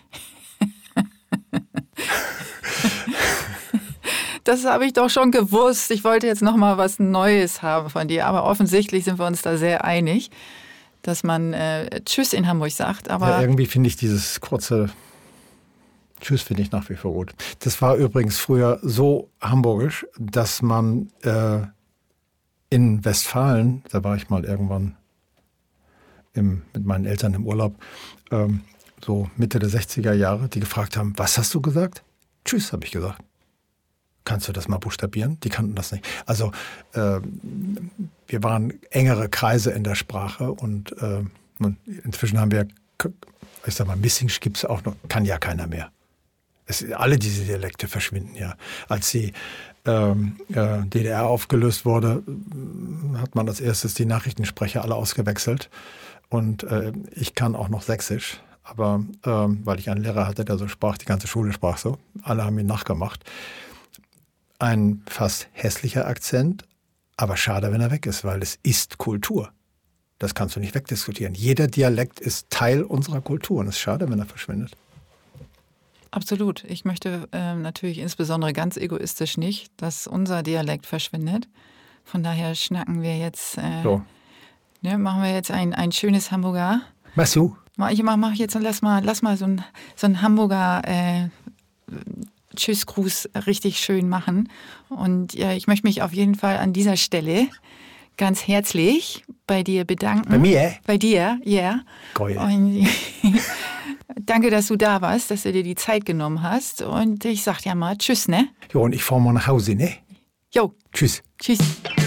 Das habe ich doch schon gewusst. Ich wollte jetzt noch mal was Neues haben von dir. Aber offensichtlich sind wir uns da sehr einig, dass man Tschüss in Hamburg sagt. Aber ja, irgendwie finde ich dieses kurze Tschüss finde ich nach wie vor gut. Das war übrigens früher so hamburgisch, dass man in Westfalen, da war ich mal irgendwann mit meinen Eltern im Urlaub, so Mitte der 60er Jahre, die gefragt haben, was hast du gesagt? Tschüss, habe ich gesagt. Kannst du das mal buchstabieren? Die kannten das nicht. Also wir waren engere Kreise in der Sprache und inzwischen haben wir, ich sag mal, Missing gibt es auch noch, kann ja keiner mehr. Alle diese Dialekte verschwinden ja. Als die DDR aufgelöst wurde, hat man als erstes die Nachrichtensprecher alle ausgewechselt. Und ich kann auch noch Sächsisch. Aber weil ich einen Lehrer hatte, der so sprach, die ganze Schule sprach so. Alle haben ihn nachgemacht. Ein fast hässlicher Akzent, aber schade, wenn er weg ist, weil es ist Kultur. Das kannst du nicht wegdiskutieren. Jeder Dialekt ist Teil unserer Kultur und es ist schade, wenn er verschwindet. Absolut. Ich möchte natürlich insbesondere ganz egoistisch nicht, dass unser Dialekt verschwindet. Von daher schnacken wir jetzt, machen wir jetzt ein schönes Hamburger. Was du? Ich mach jetzt, lass mal so ein Hamburger Tschüss-Gruß richtig schön machen. Und ich möchte mich auf jeden Fall an dieser Stelle ganz herzlich bei dir bedanken. Bei mir? Bei dir, ja. Geil. Und danke, dass du da warst, dass du dir die Zeit genommen hast. Und ich sag ja mal Tschüss, ne? Jo, und ich fahr mal nach Hause, ne? Jo. Tschüss. Tschüss.